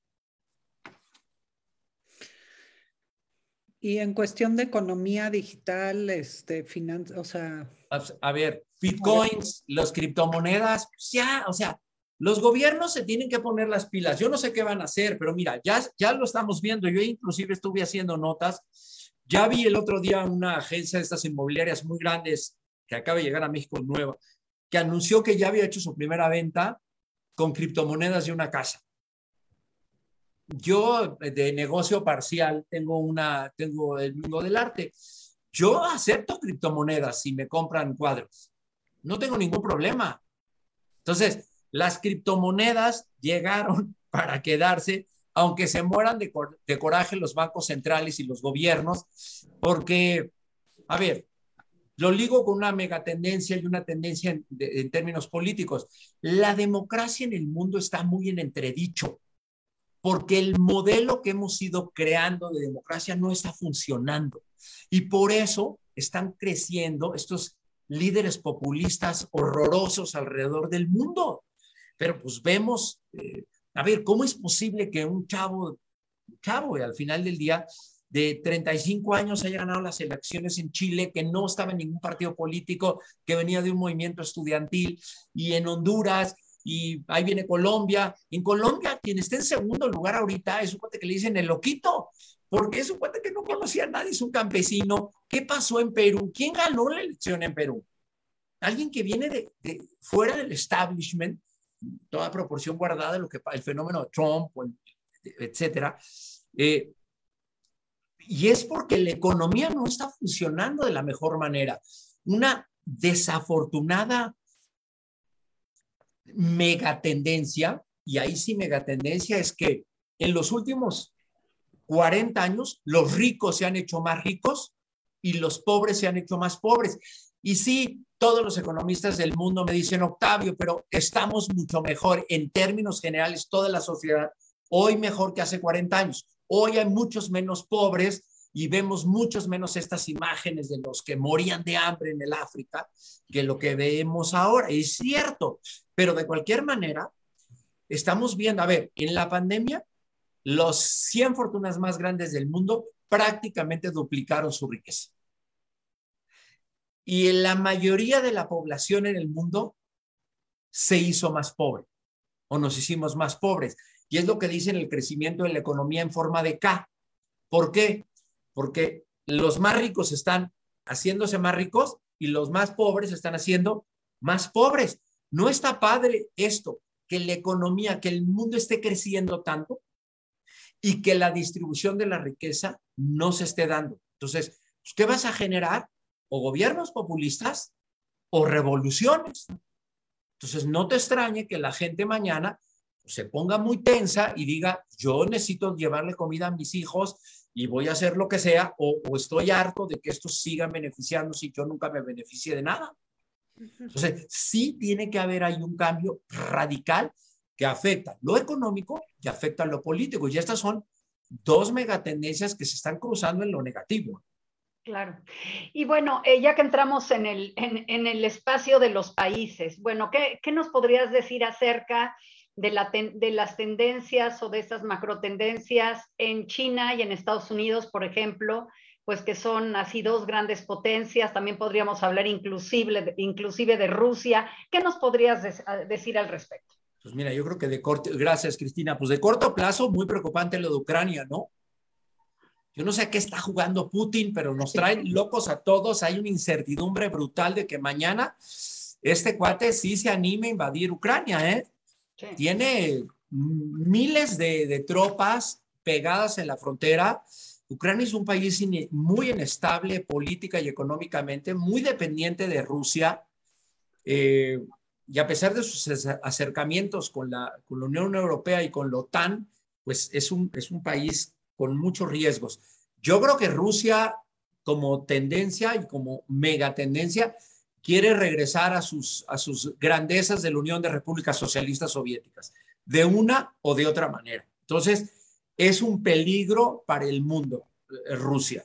Y en cuestión de economía digital, este, finanzas, o sea... A ver, bitcoins, las criptomonedas, pues ya, o sea, los gobiernos se tienen que poner las pilas. Yo no sé qué van a hacer, pero mira, ya, ya lo estamos viendo. Yo inclusive estuve haciendo notas. Ya vi el otro día una agencia de estas inmobiliarias muy grandes que acaba de llegar a México nueva, que anunció que ya había hecho su primera venta con criptomonedas de una casa. Yo de negocio parcial tengo una, tengo el mundo del arte. Yo acepto criptomonedas si me compran cuadros. No tengo ningún problema. Entonces, las criptomonedas llegaron para quedarse, aunque se mueran de, cor de coraje los bancos centrales y los gobiernos, porque, a ver, lo ligo con una megatendencia y una tendencia en, de, en términos políticos. La democracia en el mundo está muy en entredicho, porque el modelo que hemos ido creando de democracia no está funcionando. Y por eso están creciendo estos líderes populistas horrorosos alrededor del mundo. Pero pues vemos, eh, a ver, ¿cómo es posible que un chavo, chavo al final del día, de treinta y cinco años haya ganado las elecciones en Chile, que no estaba en ningún partido político, que venía de un movimiento estudiantil, y en Honduras, y ahí viene Colombia? En Colombia, quien está en segundo lugar ahorita es un cuate que le dicen el loquito, porque es un cuate que no conocía a nadie, es un campesino. ¿Qué pasó en Perú? ¿Quién ganó la elección en Perú? Alguien que viene de, de fuera del establishment, toda proporción guardada de lo que el fenómeno de Trump, etcétera. Eh, y es porque la economía no está funcionando de la mejor manera. Una desafortunada megatendencia, y ahí sí megatendencia, es que en los últimos cuarenta años los ricos se han hecho más ricos y los pobres se han hecho más pobres. Y sí, todos los economistas del mundo me dicen, Octavio, pero estamos mucho mejor en términos generales, toda la sociedad, hoy mejor que hace cuarenta años. Hoy hay muchos menos pobres y vemos muchos menos estas imágenes de los que morían de hambre en el África que lo que vemos ahora. Es cierto, pero de cualquier manera, estamos viendo, a ver, en la pandemia, los cien fortunas más grandes del mundo prácticamente duplicaron su riqueza. Y la mayoría de la población en el mundo se hizo más pobre, o nos hicimos más pobres. Y es lo que dicen el crecimiento de la economía en forma de K. ¿Por qué? Porque los más ricos están haciéndose más ricos y los más pobres están haciendo más pobres. ¿No está padre esto? Que la economía, que el mundo esté creciendo tanto y que la distribución de la riqueza no se esté dando. Entonces, ¿qué vas a generar? O gobiernos populistas o revoluciones. Entonces, no te extrañe que la gente mañana se ponga muy tensa y diga, yo necesito llevarle comida a mis hijos y voy a hacer lo que sea, o, o estoy harto de que estos sigan beneficiándose y yo nunca me beneficie de nada. Entonces, sí tiene que haber ahí un cambio radical que afecta lo económico y afecta lo político. Y estas son dos megatendencias que se están cruzando en lo negativo. Claro. Y bueno, eh, ya que entramos en el, en, en el espacio de los países, bueno, ¿qué, qué nos podrías decir acerca de, la ten, de las tendencias o de esas macrotendencias en China y en Estados Unidos, por ejemplo, pues que son así dos grandes potencias? También podríamos hablar inclusive, inclusive de Rusia. ¿Qué nos podrías de, decir al respecto? Pues mira, yo creo que de corto, gracias Cristina, pues de corto plazo, muy preocupante lo de Ucrania, ¿no? Yo no sé a qué está jugando Putin, pero nos traen locos a todos. Hay una incertidumbre brutal de que mañana este cuate sí se anime a invadir Ucrania, ¿eh? Sí. Tiene miles de, de tropas pegadas en la frontera. Ucrania es un país muy inestable política y económicamente, muy dependiente de Rusia. Eh, y a pesar de sus acercamientos con la, con la Unión Europea y con la OTAN, pues es un, es un país con muchos riesgos. Yo creo que Rusia, como tendencia y como megatendencia, quiere regresar a sus, a sus grandezas de la Unión de Repúblicas Socialistas Soviéticas, de una o de otra manera. Entonces, es un peligro para el mundo, Rusia.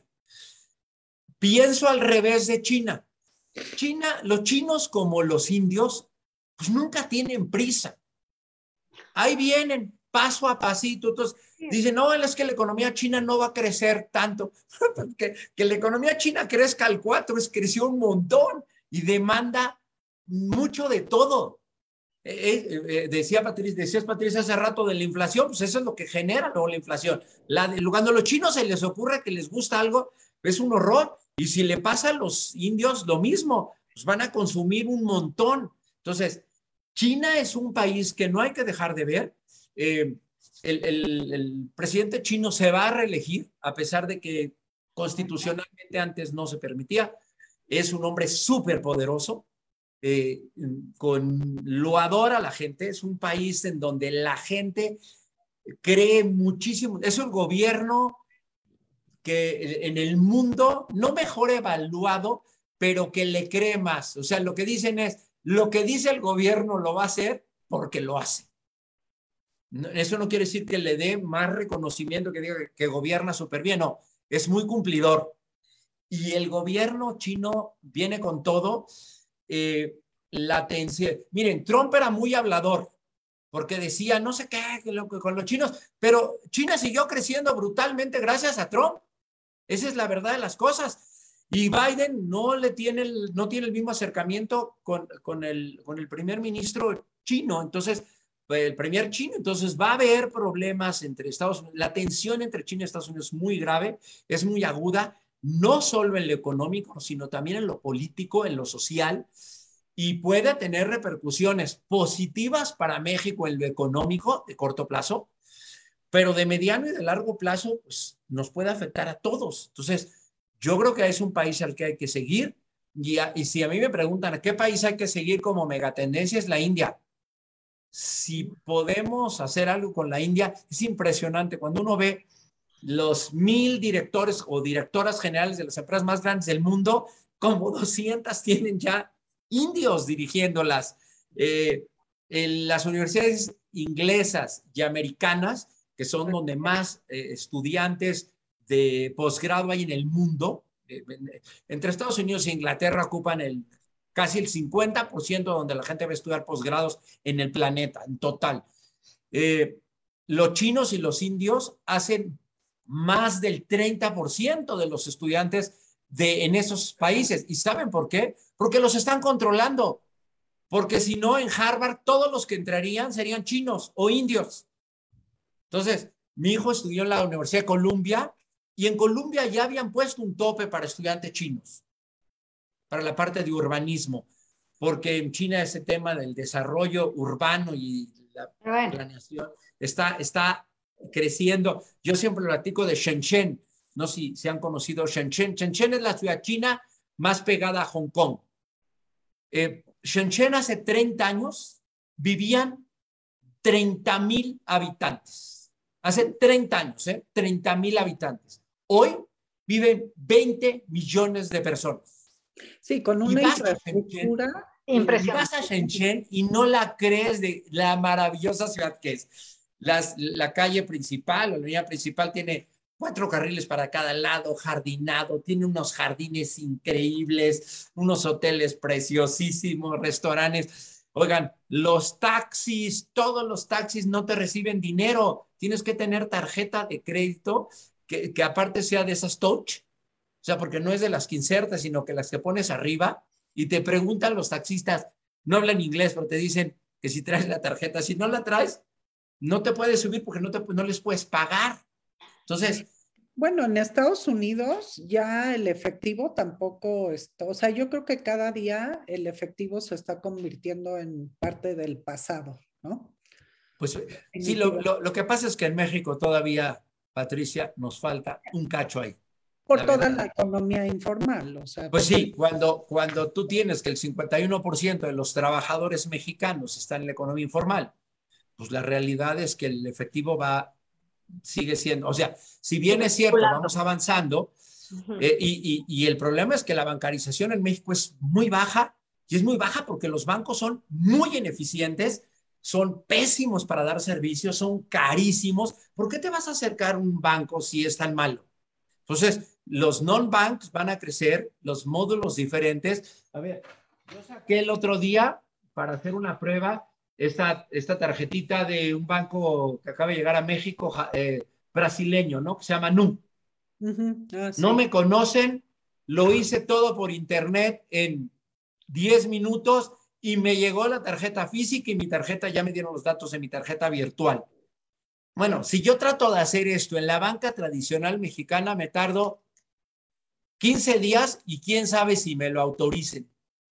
Pienso al revés de China. China, los chinos como los indios, pues nunca tienen prisa. Ahí vienen, paso a pasito. Entonces, dicen, no, es que la economía china no va a crecer tanto. que, que la economía china crezca al cuatro, es creció un montón y demanda mucho de todo. Eh, eh, decía Patricia, decías Patricia hace rato de la inflación, pues eso es lo que genera luego la inflación. La, cuando a los chinos se les ocurre que les gusta algo, es un horror. Y si le pasa a los indios lo mismo, pues van a consumir un montón. Entonces, China es un país que no hay que dejar de ver. Eh, el, el, el presidente chino se va a reelegir, a pesar de que constitucionalmente antes no se permitía. Es un hombre súper poderoso. Eh, con, lo adora la gente, es un país en donde la gente cree muchísimo, es un gobierno que en el mundo no mejor evaluado, pero que le cree más. O sea, lo que dicen es, lo que dice el gobierno lo va a hacer porque lo hace. Eso no quiere decir que le dé más reconocimiento, que diga que gobierna súper bien, no, es muy cumplidor. Y el gobierno chino viene con todo. Eh, la tensión. Miren, Trump era muy hablador porque decía no sé qué con los chinos, pero China siguió creciendo brutalmente gracias a Trump. Esa es la verdad de las cosas. Y Biden no le tiene el, no tiene el mismo acercamiento con, con, el, con el primer ministro chino. Entonces, el primer chino, entonces va a haber problemas entre Estados Unidos. La tensión entre China y Estados Unidos es muy grave, es muy aguda, no solo en lo económico, sino también en lo político, en lo social, y puede tener repercusiones positivas para México en lo económico de corto plazo, pero de mediano y de largo plazo, pues nos puede afectar a todos. Entonces, yo creo que es un país al que hay que seguir, y, a, y si a mí me preguntan a qué país hay que seguir como megatendencia, es la India. Si podemos hacer algo con la India, es impresionante. Cuando uno ve los mil directores o directoras generales de las empresas más grandes del mundo, como doscientas tienen ya indios dirigiéndolas. Eh, en las universidades inglesas y americanas, que son donde más eh, estudiantes de posgrado hay en el mundo, eh, entre Estados Unidos e Inglaterra ocupan el, casi el cincuenta por ciento donde la gente va a estudiar posgrados en el planeta, en total. Eh, los chinos y los indios hacen más del treinta por ciento de los estudiantes de, en esos países. ¿Y saben por qué? Porque los están controlando. Porque si no, en Harvard todos los que entrarían serían chinos o indios. Entonces, mi hijo estudió en la Universidad de Columbia y en Columbia ya habían puesto un tope para estudiantes chinos, para la parte de urbanismo, porque en China ese tema del desarrollo urbano y la bueno. planeación está, está creciendo. Yo siempre platico de Shenzhen, no sé si se han conocido Shenzhen. Shenzhen es la ciudad china más pegada a Hong Kong. Eh, Shenzhen hace treinta años vivían treinta mil habitantes. Hace treinta años, ¿eh? treinta mil habitantes. Hoy viven veinte millones de personas. Sí, con una infraestructura impresionante. Vas a Shenzhen y no la crees de la maravillosa ciudad que es. Las, la calle principal, la avenida principal tiene cuatro carriles para cada lado, jardinado, tiene unos jardines increíbles, unos hoteles preciosísimos, restaurantes. Oigan, los taxis, todos los taxis no te reciben dinero, tienes que tener tarjeta de crédito que, que aparte sea de esas touch, o sea, porque no es de las que insertas, sino que las que pones arriba y te preguntan los taxistas, no hablan inglés, pero te dicen que si traes la tarjeta, si no la traes, no te puedes subir porque no, te, no les puedes pagar. Entonces, bueno, en Estados Unidos ya el efectivo tampoco está, o sea, yo creo que cada día el efectivo se está convirtiendo en parte del pasado, ¿no? Pues sí, lo, lo, lo que pasa es que en México todavía Patricia, nos falta un cacho ahí. Por la toda verdad. la economía informal. O sea, Pues sí, cuando, cuando tú tienes que el cincuenta y uno por ciento de los trabajadores mexicanos están en la economía informal, pues la realidad es que el efectivo va, sigue siendo, o sea, si bien es cierto, vamos avanzando, Ujú. eh, y, y, y el problema es que la bancarización en México es muy baja, y es muy baja porque los bancos son muy ineficientes, son pésimos para dar servicios, son carísimos. ¿Por qué te vas a acercar a un banco si es tan malo? Entonces, los non-banks van a crecer, los módulos diferentes. A ver, yo saqué el otro día para hacer una prueba esta, esta tarjetita de un banco que acaba de llegar a México, eh, brasileño, ¿no? Que se llama Nu. Uh-huh. Ah, sí. No me conocen, lo hice todo por internet en diez minutos y me llegó la tarjeta física y mi tarjeta, ya me dieron los datos de mi tarjeta virtual. Bueno, si yo trato de hacer esto en la banca tradicional mexicana, me tardo quince días y quién sabe si me lo autoricen.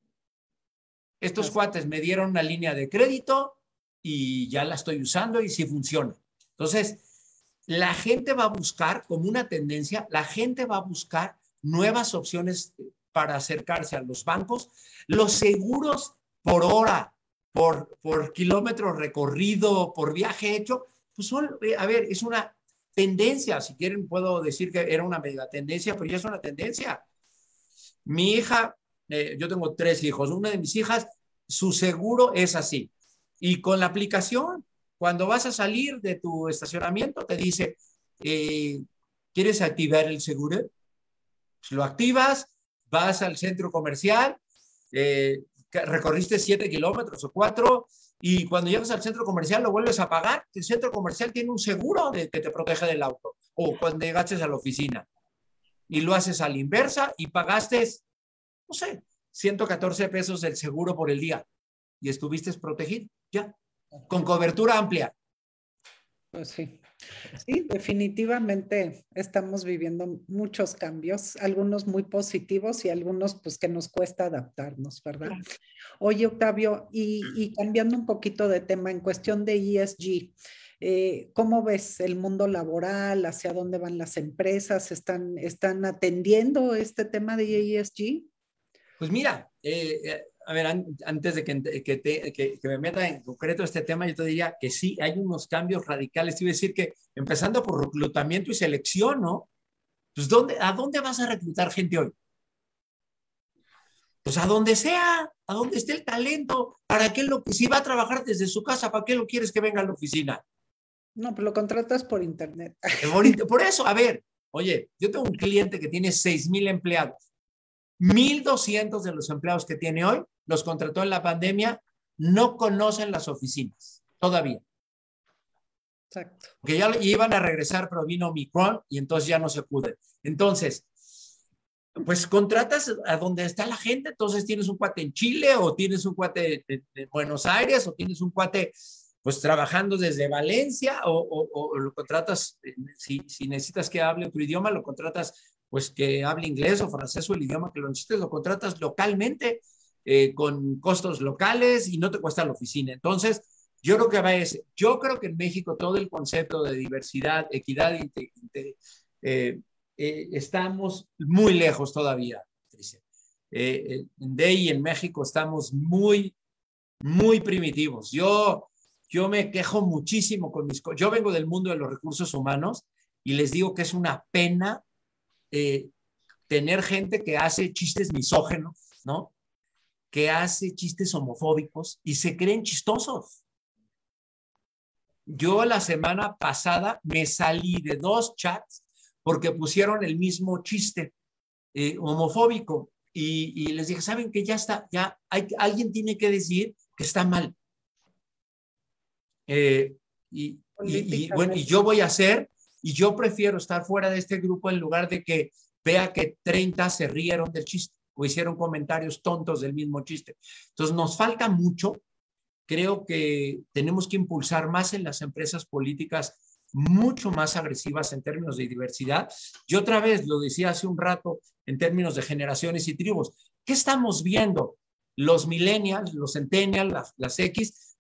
Estos cuates me dieron una línea de crédito y ya la estoy usando y sí funciona. Entonces, la gente va a buscar, como una tendencia, la gente va a buscar nuevas opciones para acercarse a los bancos. Los seguros por hora, por, por kilómetro recorrido, por viaje hecho, pues son, a ver, es una tendencia. Si quieren, puedo decir que era una mega tendencia, pero ya es una tendencia. Mi hija, eh, yo tengo tres hijos, una de mis hijas, su seguro es así. Y con la aplicación, cuando vas a salir de tu estacionamiento, te dice, eh, ¿quieres activar el seguro? Pues lo activas, vas al centro comercial, eh, recorriste siete kilómetros o cuatro, y cuando llegas al centro comercial lo vuelves a pagar. El centro comercial tiene un seguro de, que te protege del auto. O cuando llegaste a la oficina y lo haces a la inversa y pagaste, no sé, ciento catorce pesos del seguro por el día y estuviste protegido, ya, con cobertura amplia. Pues sí, sí, definitivamente estamos viviendo muchos cambios, algunos muy positivos y algunos pues que nos cuesta adaptarnos, ¿verdad? Oye, Octavio, y, y cambiando un poquito de tema en cuestión de E S G, eh, ¿cómo ves el mundo laboral? ¿Hacia dónde van las empresas? ¿Están, están atendiendo este tema de E S G? Pues mira, eh, eh, a ver, an, antes de que, que, te, que, que me meta en concreto este tema, yo te diría que sí, hay unos cambios radicales. Te iba a decir que empezando por reclutamiento y selección, ¿no? Pues ¿dónde, ¿a dónde vas a reclutar gente hoy? Pues a donde sea, a donde esté el talento. ¿Para qué lo, si va a trabajar desde su casa, ¿para qué lo quieres que venga a la oficina? No, pues lo contratas por internet. Por, por eso, a ver, oye, yo tengo un cliente que tiene seis mil empleados. mil doscientos de los empleados que tiene hoy los contrató en la pandemia, no conocen las oficinas todavía. Exacto. Porque ya iban a regresar, pero vino Omicron y entonces ya no se pudo. Entonces, pues contratas a donde está la gente. Entonces tienes un cuate en Chile o tienes un cuate en, en Buenos Aires o tienes un cuate pues trabajando desde Valencia o, o, o lo contratas, si, si necesitas que hable tu idioma, lo contratas pues que hable inglés o francés o el idioma que lo necesites, lo contratas localmente eh, con costos locales y no te cuesta la oficina. Entonces, yo creo que va a ese. Yo creo que en México todo el concepto de diversidad, equidad, inte, inte, eh, eh, estamos muy lejos todavía, Patricia. Eh, en D E I en México estamos muy, muy primitivos. Yo, yo me quejo muchísimo con mis... Yo vengo del mundo de los recursos humanos y les digo que es una pena Eh, tener gente que hace chistes misógenos, ¿no? Que hace chistes homofóbicos y se creen chistosos. Yo la semana pasada me salí de dos chats porque pusieron el mismo chiste eh, homofóbico y, y les dije, ¿saben qué? Ya está, ya hay, alguien tiene que decir que está mal. Eh, y, y, y, bueno, y yo voy a hacer, y yo prefiero estar fuera de este grupo en lugar de que vea que treinta se rieron del chiste o hicieron comentarios tontos del mismo chiste. Entonces nos falta mucho. Creo que tenemos que impulsar más en las empresas políticas mucho más agresivas en términos de diversidad. Y otra vez, lo decía hace un rato, en términos de generaciones y tribus, ¿qué estamos viendo? Los millennials, los centennials, las, las X,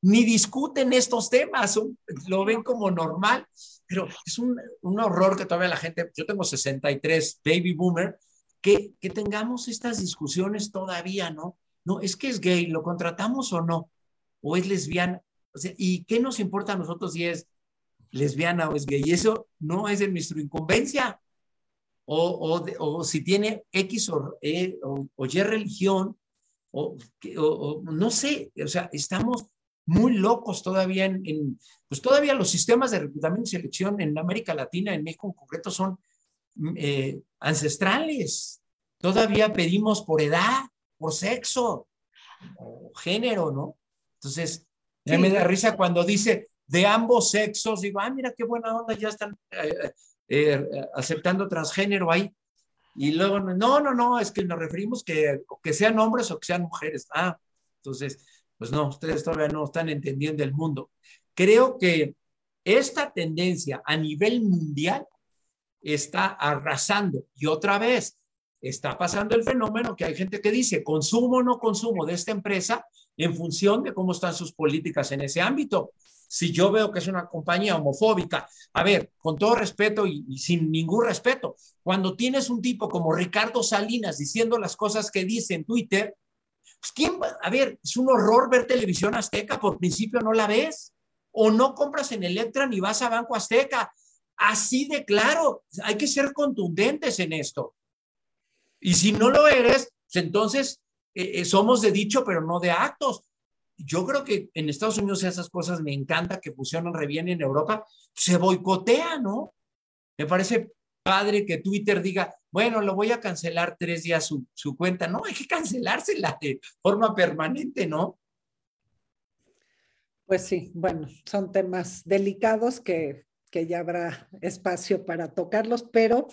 ni discuten estos temas, son, lo ven como normal, pero es un, un horror que todavía la gente, yo tengo sesenta y tres, baby boomer, que, que tengamos estas discusiones todavía, ¿no? No, es que es gay, ¿lo contratamos o no? ¿O es lesbiana? O sea, ¿y qué nos importa a nosotros si es lesbiana o es gay? Y eso no es de nuestra incumbencia. O, o, de, o si tiene X o, e, o, o Y religión, o, o, o no sé, o sea, estamos muy locos todavía en, en, pues todavía los sistemas de reclutamiento y selección en América Latina, en México en concreto, son eh, ancestrales. Todavía pedimos por edad, por sexo, o género, ¿no? Entonces, sí, me da risa cuando dice de ambos sexos, digo, ah, mira qué buena onda, ya están eh, eh, aceptando transgénero ahí. Y luego, no, no, no, es que nos referimos que, que sean hombres o que sean mujeres. Ah, entonces, pues no, ustedes todavía no están entendiendo el mundo. Creo que esta tendencia a nivel mundial está arrasando. Y otra vez, está pasando el fenómeno que hay gente que dice consumo o no consumo de esta empresa en función de cómo están sus políticas en ese ámbito. Si yo veo que es una compañía homofóbica, a ver, con todo respeto y, y sin ningún respeto, cuando tienes un tipo como Ricardo Salinas diciendo las cosas que dice en Twitter, pues ¿quién va? A ver, es un horror ver televisión azteca, por principio no la ves, o no compras en Electra ni vas a Banco Azteca, así de claro, hay que ser contundentes en esto. Y si no lo eres, pues entonces eh, somos de dicho, pero no de actos. Yo creo que en Estados Unidos esas cosas me encanta que funcionan re bien, en Europa se boicotea, ¿no? Me parece padre que Twitter diga, bueno, lo voy a cancelar tres días su, su cuenta. No, hay que cancelársela de forma permanente, ¿no? Pues sí, bueno, son temas delicados que, que ya habrá espacio para tocarlos, pero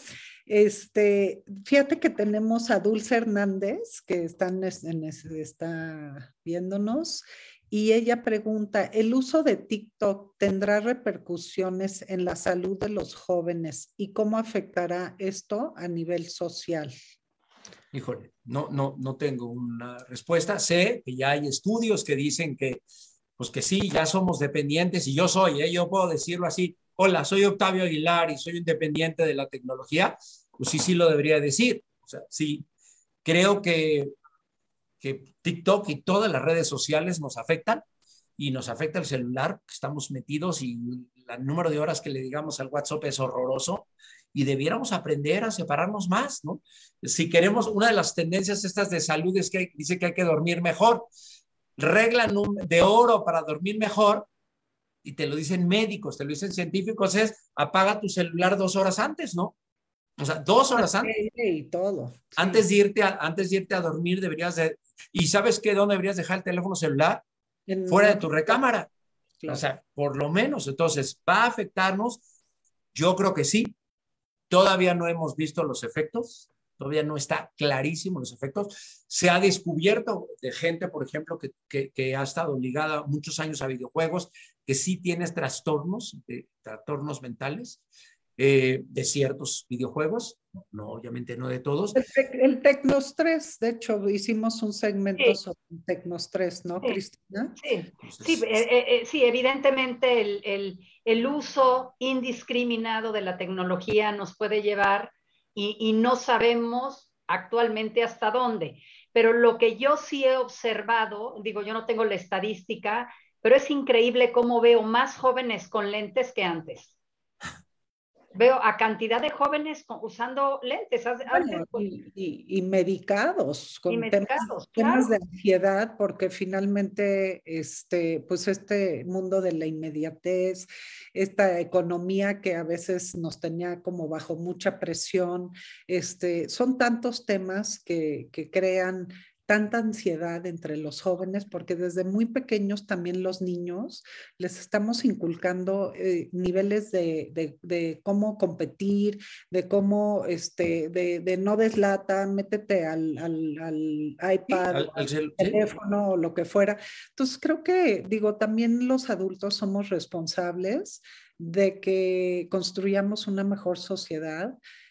este, fíjate que tenemos a Dulce Hernández, que están, en, está viéndonos, y ella pregunta, ¿el uso de TikTok tendrá repercusiones en la salud de los jóvenes y cómo afectará esto a nivel social? Híjole, no, no, no tengo una respuesta. Sé que ya hay estudios que dicen que pues que sí, ya somos dependientes y yo soy, ¿eh? Yo puedo decirlo así, hola, soy Octavio Aguilar y soy un dependiente de la tecnología, pues sí, sí lo debería decir. O sea, sí, creo que, que TikTok y todas las redes sociales nos afectan y nos afecta el celular, que estamos metidos y el número de horas que le digamos al WhatsApp es horroroso y debiéramos aprender a separarnos más, ¿no? Si queremos, una de las tendencias estas de salud es que hay, dice que hay que dormir mejor. Regla de oro para dormir mejor, y te lo dicen médicos, te lo dicen científicos, es apaga tu celular dos horas antes, ¿no? O sea, dos horas antes. Y todo. Sí. Antes de irte a, antes de irte a dormir deberías de... ¿Y sabes qué? ¿Dónde deberías dejar el teléfono celular? En... Fuera de tu recámara. Claro. O sea, por lo menos. Entonces, ¿va a afectarnos? Yo creo que sí. Todavía no hemos visto los efectos. Todavía no está clarísimo los efectos. Se ha descubierto de gente, por ejemplo, que, que, que ha estado ligada muchos años a videojuegos, que sí tienes trastornos, de, trastornos mentales eh, de ciertos videojuegos, no, no, obviamente no de todos. El, el Tecnostrés, de hecho, hicimos un segmento sí. sobre el Tecnostrés, ¿no, sí. Cristina? Sí, Entonces, sí, eh, eh, sí, evidentemente el, el, el uso indiscriminado de la tecnología nos puede llevar Y, y no sabemos actualmente hasta dónde. Pero lo que yo sí he observado, digo, yo no tengo la estadística, pero es increíble cómo veo más jóvenes con lentes que antes. Veo a cantidad de jóvenes con, usando lentes. Bueno, y, y, y medicados, con y medicados, temas, claro. temas de ansiedad, porque finalmente este, pues este mundo de la inmediatez, esta economía que a veces nos tenía como bajo mucha presión, este, son tantos temas que, que crean tanta ansiedad entre los jóvenes, porque desde muy pequeños también los niños les estamos inculcando eh, niveles de, de, de cómo competir, de cómo, este, de, de no deslata, métete al, al, al iPad, sí, al, al, al teléfono sí. o lo que fuera. Entonces creo que, digo, también los adultos somos responsables de que construyamos una mejor sociedad.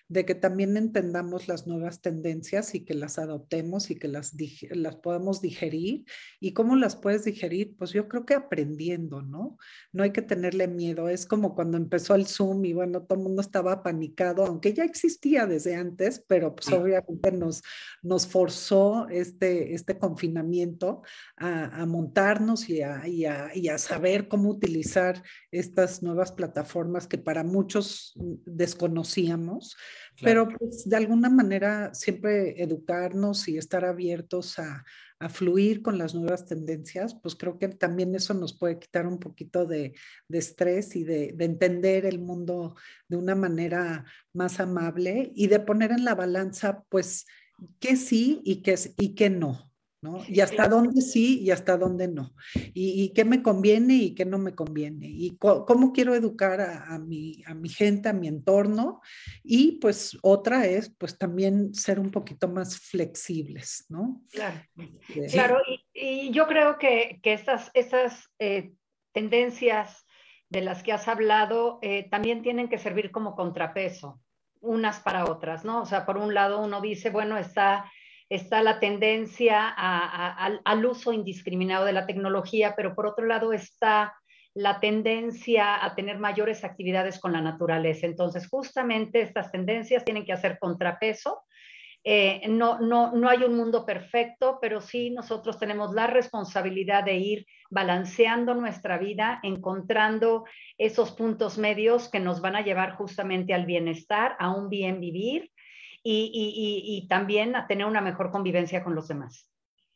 de que también entendamos las nuevas tendencias y que las adoptemos y que las, las podamos digerir. ¿Y cómo las puedes digerir? Pues yo creo que aprendiendo, ¿no? No hay que tenerle miedo. Es como cuando empezó el Zoom y bueno, todo el mundo estaba apanicado, aunque ya existía desde antes, pero pues obviamente nos, nos forzó este, este confinamiento a, a montarnos y a, y, a, y a saber cómo utilizar estas nuevas plataformas que para muchos desconocíamos. Claro. Pero pues de alguna manera siempre educarnos y estar abiertos a, a fluir con las nuevas tendencias, pues creo que también eso nos puede quitar un poquito de, de estrés y de, de entender el mundo de una manera más amable y de poner en la balanza pues qué sí y qué, y qué no. ¿No? Y hasta claro. dónde sí y hasta dónde no. Y, y qué me conviene y qué no me conviene. Y co cómo quiero educar a, a, mi, a mi gente, a mi entorno. Y pues otra es pues también ser un poquito más flexibles, ¿no? Claro, sí. Claro. Y, y yo creo que, que estas, estas eh, tendencias de las que has hablado eh, también tienen que servir como contrapeso unas para otras, ¿no? O sea, por un lado uno dice, bueno, está... está la tendencia a, a, a, al uso indiscriminado de la tecnología, pero por otro lado está la tendencia a tener mayores actividades con la naturaleza. Entonces, justamente estas tendencias tienen que hacer contrapeso. Eh, no, no, no hay un mundo perfecto, pero sí nosotros tenemos la responsabilidad de ir balanceando nuestra vida, encontrando esos puntos medios que nos van a llevar justamente al bienestar, a un bien vivir, Y, y, y también a tener una mejor convivencia con los demás.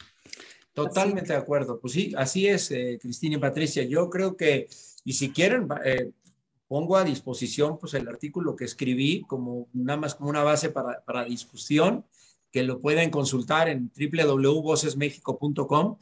Totalmente de acuerdo. Pues sí, así es, eh, Cristina y Patricia. Yo creo que, y si quieren, eh, pongo a disposición pues, el artículo que escribí, como nada más como una base para, para discusión, que lo pueden consultar en doble u doble u doble u punto voces méxico punto com.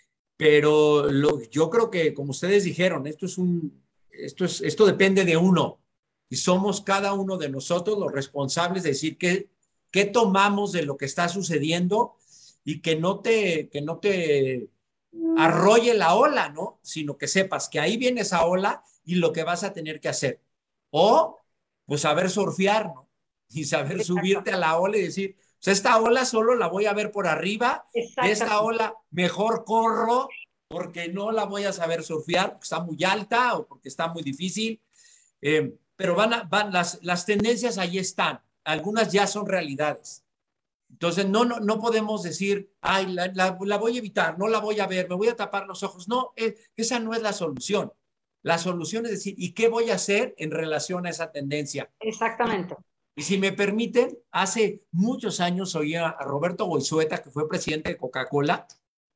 Pero lo, yo creo que, como ustedes dijeron, esto, es un, esto, es, esto depende de uno. Y somos cada uno de nosotros los responsables de decir qué, qué tomamos de lo que está sucediendo y que no te, que no te arrolle la ola, ¿no? Sino que sepas que ahí viene esa ola y lo que vas a tener que hacer. O, pues, saber surfear, ¿no? Y saber subirte a la ola y decir, pues, esta ola solo la voy a ver por arriba, de esta ola mejor corro porque no la voy a saber surfear, porque está muy alta o porque está muy difícil. Eh, pero van, a, van las, las tendencias ahí están, algunas ya son realidades. Entonces no, no, no podemos decir, ay, la, la, la voy a evitar, no la voy a ver, me voy a tapar los ojos. No, eh, esa no es la solución. La solución es decir, ¿y qué voy a hacer en relación a esa tendencia? Exactamente. Y, y si me permiten, hace muchos años oía a Roberto Goizueta, que fue presidente de Coca-Cola,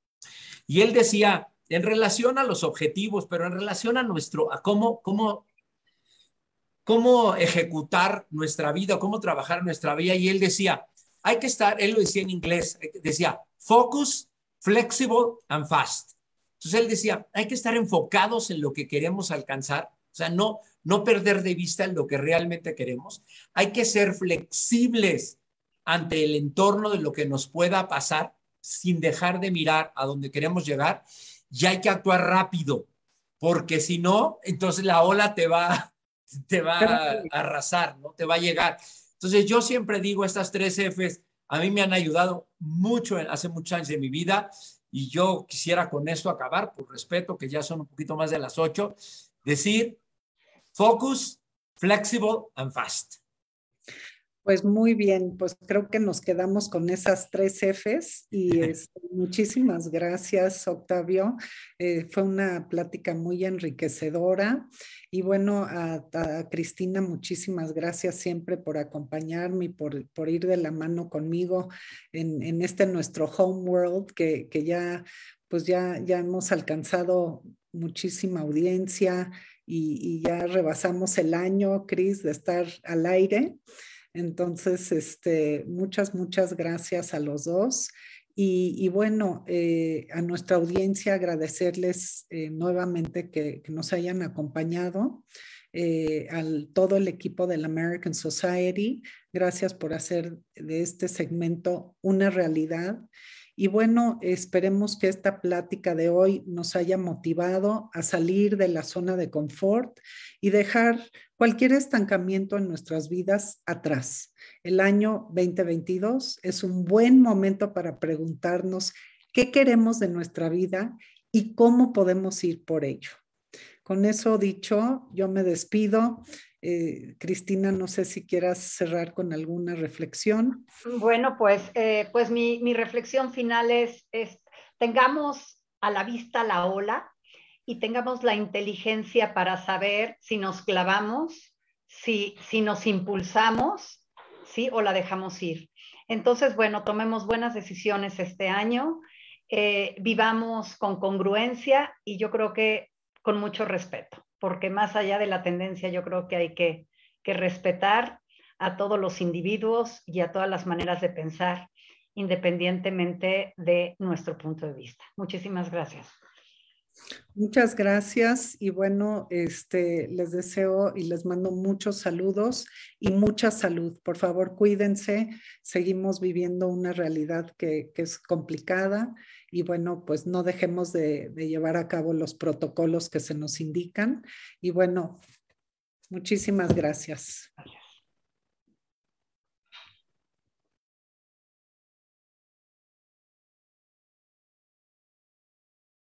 y él decía, en relación a los objetivos, pero en relación a nuestro, a cómo, cómo cómo ejecutar nuestra vida, cómo trabajar nuestra vida. Y él decía, hay que estar, él lo decía en inglés, decía, focus, flexible and fast. Entonces él decía, hay que estar enfocados en lo que queremos alcanzar, o sea, no, no perder de vista en lo que realmente queremos. Hay que ser flexibles ante el entorno de lo que nos pueda pasar sin dejar de mirar a donde queremos llegar, y hay que actuar rápido, porque si no, entonces la ola te va te va a arrasar, ¿no? Te va a llegar. Entonces yo siempre digo estas tres Fs, a mí me han ayudado mucho en, hace muchos años de mi vida, y yo quisiera con esto acabar, por respeto, que ya son un poquito más de las ocho, decir focus, flexible and fast. Pues muy bien, pues creo que nos quedamos con esas tres Fs y es, muchísimas gracias, Octavio. Eh, fue una plática muy enriquecedora y bueno, a, a Cristina, muchísimas gracias siempre por acompañarme y por, por ir de la mano conmigo en, en este nuestro home world que, que ya, pues ya, ya hemos alcanzado muchísima audiencia y, y ya rebasamos el año, Cris, de estar al aire. Entonces, este, muchas, muchas gracias a los dos. Y, y bueno, eh, a nuestra audiencia agradecerles eh, nuevamente que, que nos hayan acompañado, eh, al todo el equipo del American Society. Gracias por hacer de este segmento una realidad. Y bueno, esperemos que esta plática de hoy nos haya motivado a salir de la zona de confort y dejar cualquier estancamiento en nuestras vidas atrás. El año veinte veintidós es un buen momento para preguntarnos qué queremos de nuestra vida y cómo podemos ir por ello. Con eso dicho, yo me despido. Eh, Cristina, no sé si quieras cerrar con alguna reflexión. Bueno, pues, eh, pues mi, mi reflexión final es, es, tengamos a la vista la ola y tengamos la inteligencia para saber si nos clavamos, si, si nos impulsamos, ¿sí? O la dejamos ir. Entonces, bueno, tomemos buenas decisiones este año, eh, vivamos con congruencia y yo creo que con mucho respeto, porque más allá de la tendencia yo creo que hay que, que respetar a todos los individuos y a todas las maneras de pensar, independientemente de nuestro punto de vista. Muchísimas gracias. Muchas gracias y bueno, este, les deseo y les mando muchos saludos y mucha salud. Por favor, cuídense. Seguimos viviendo una realidad que, que es complicada y bueno, pues no dejemos de, de llevar a cabo los protocolos que se nos indican. Y bueno, muchísimas gracias. Gracias.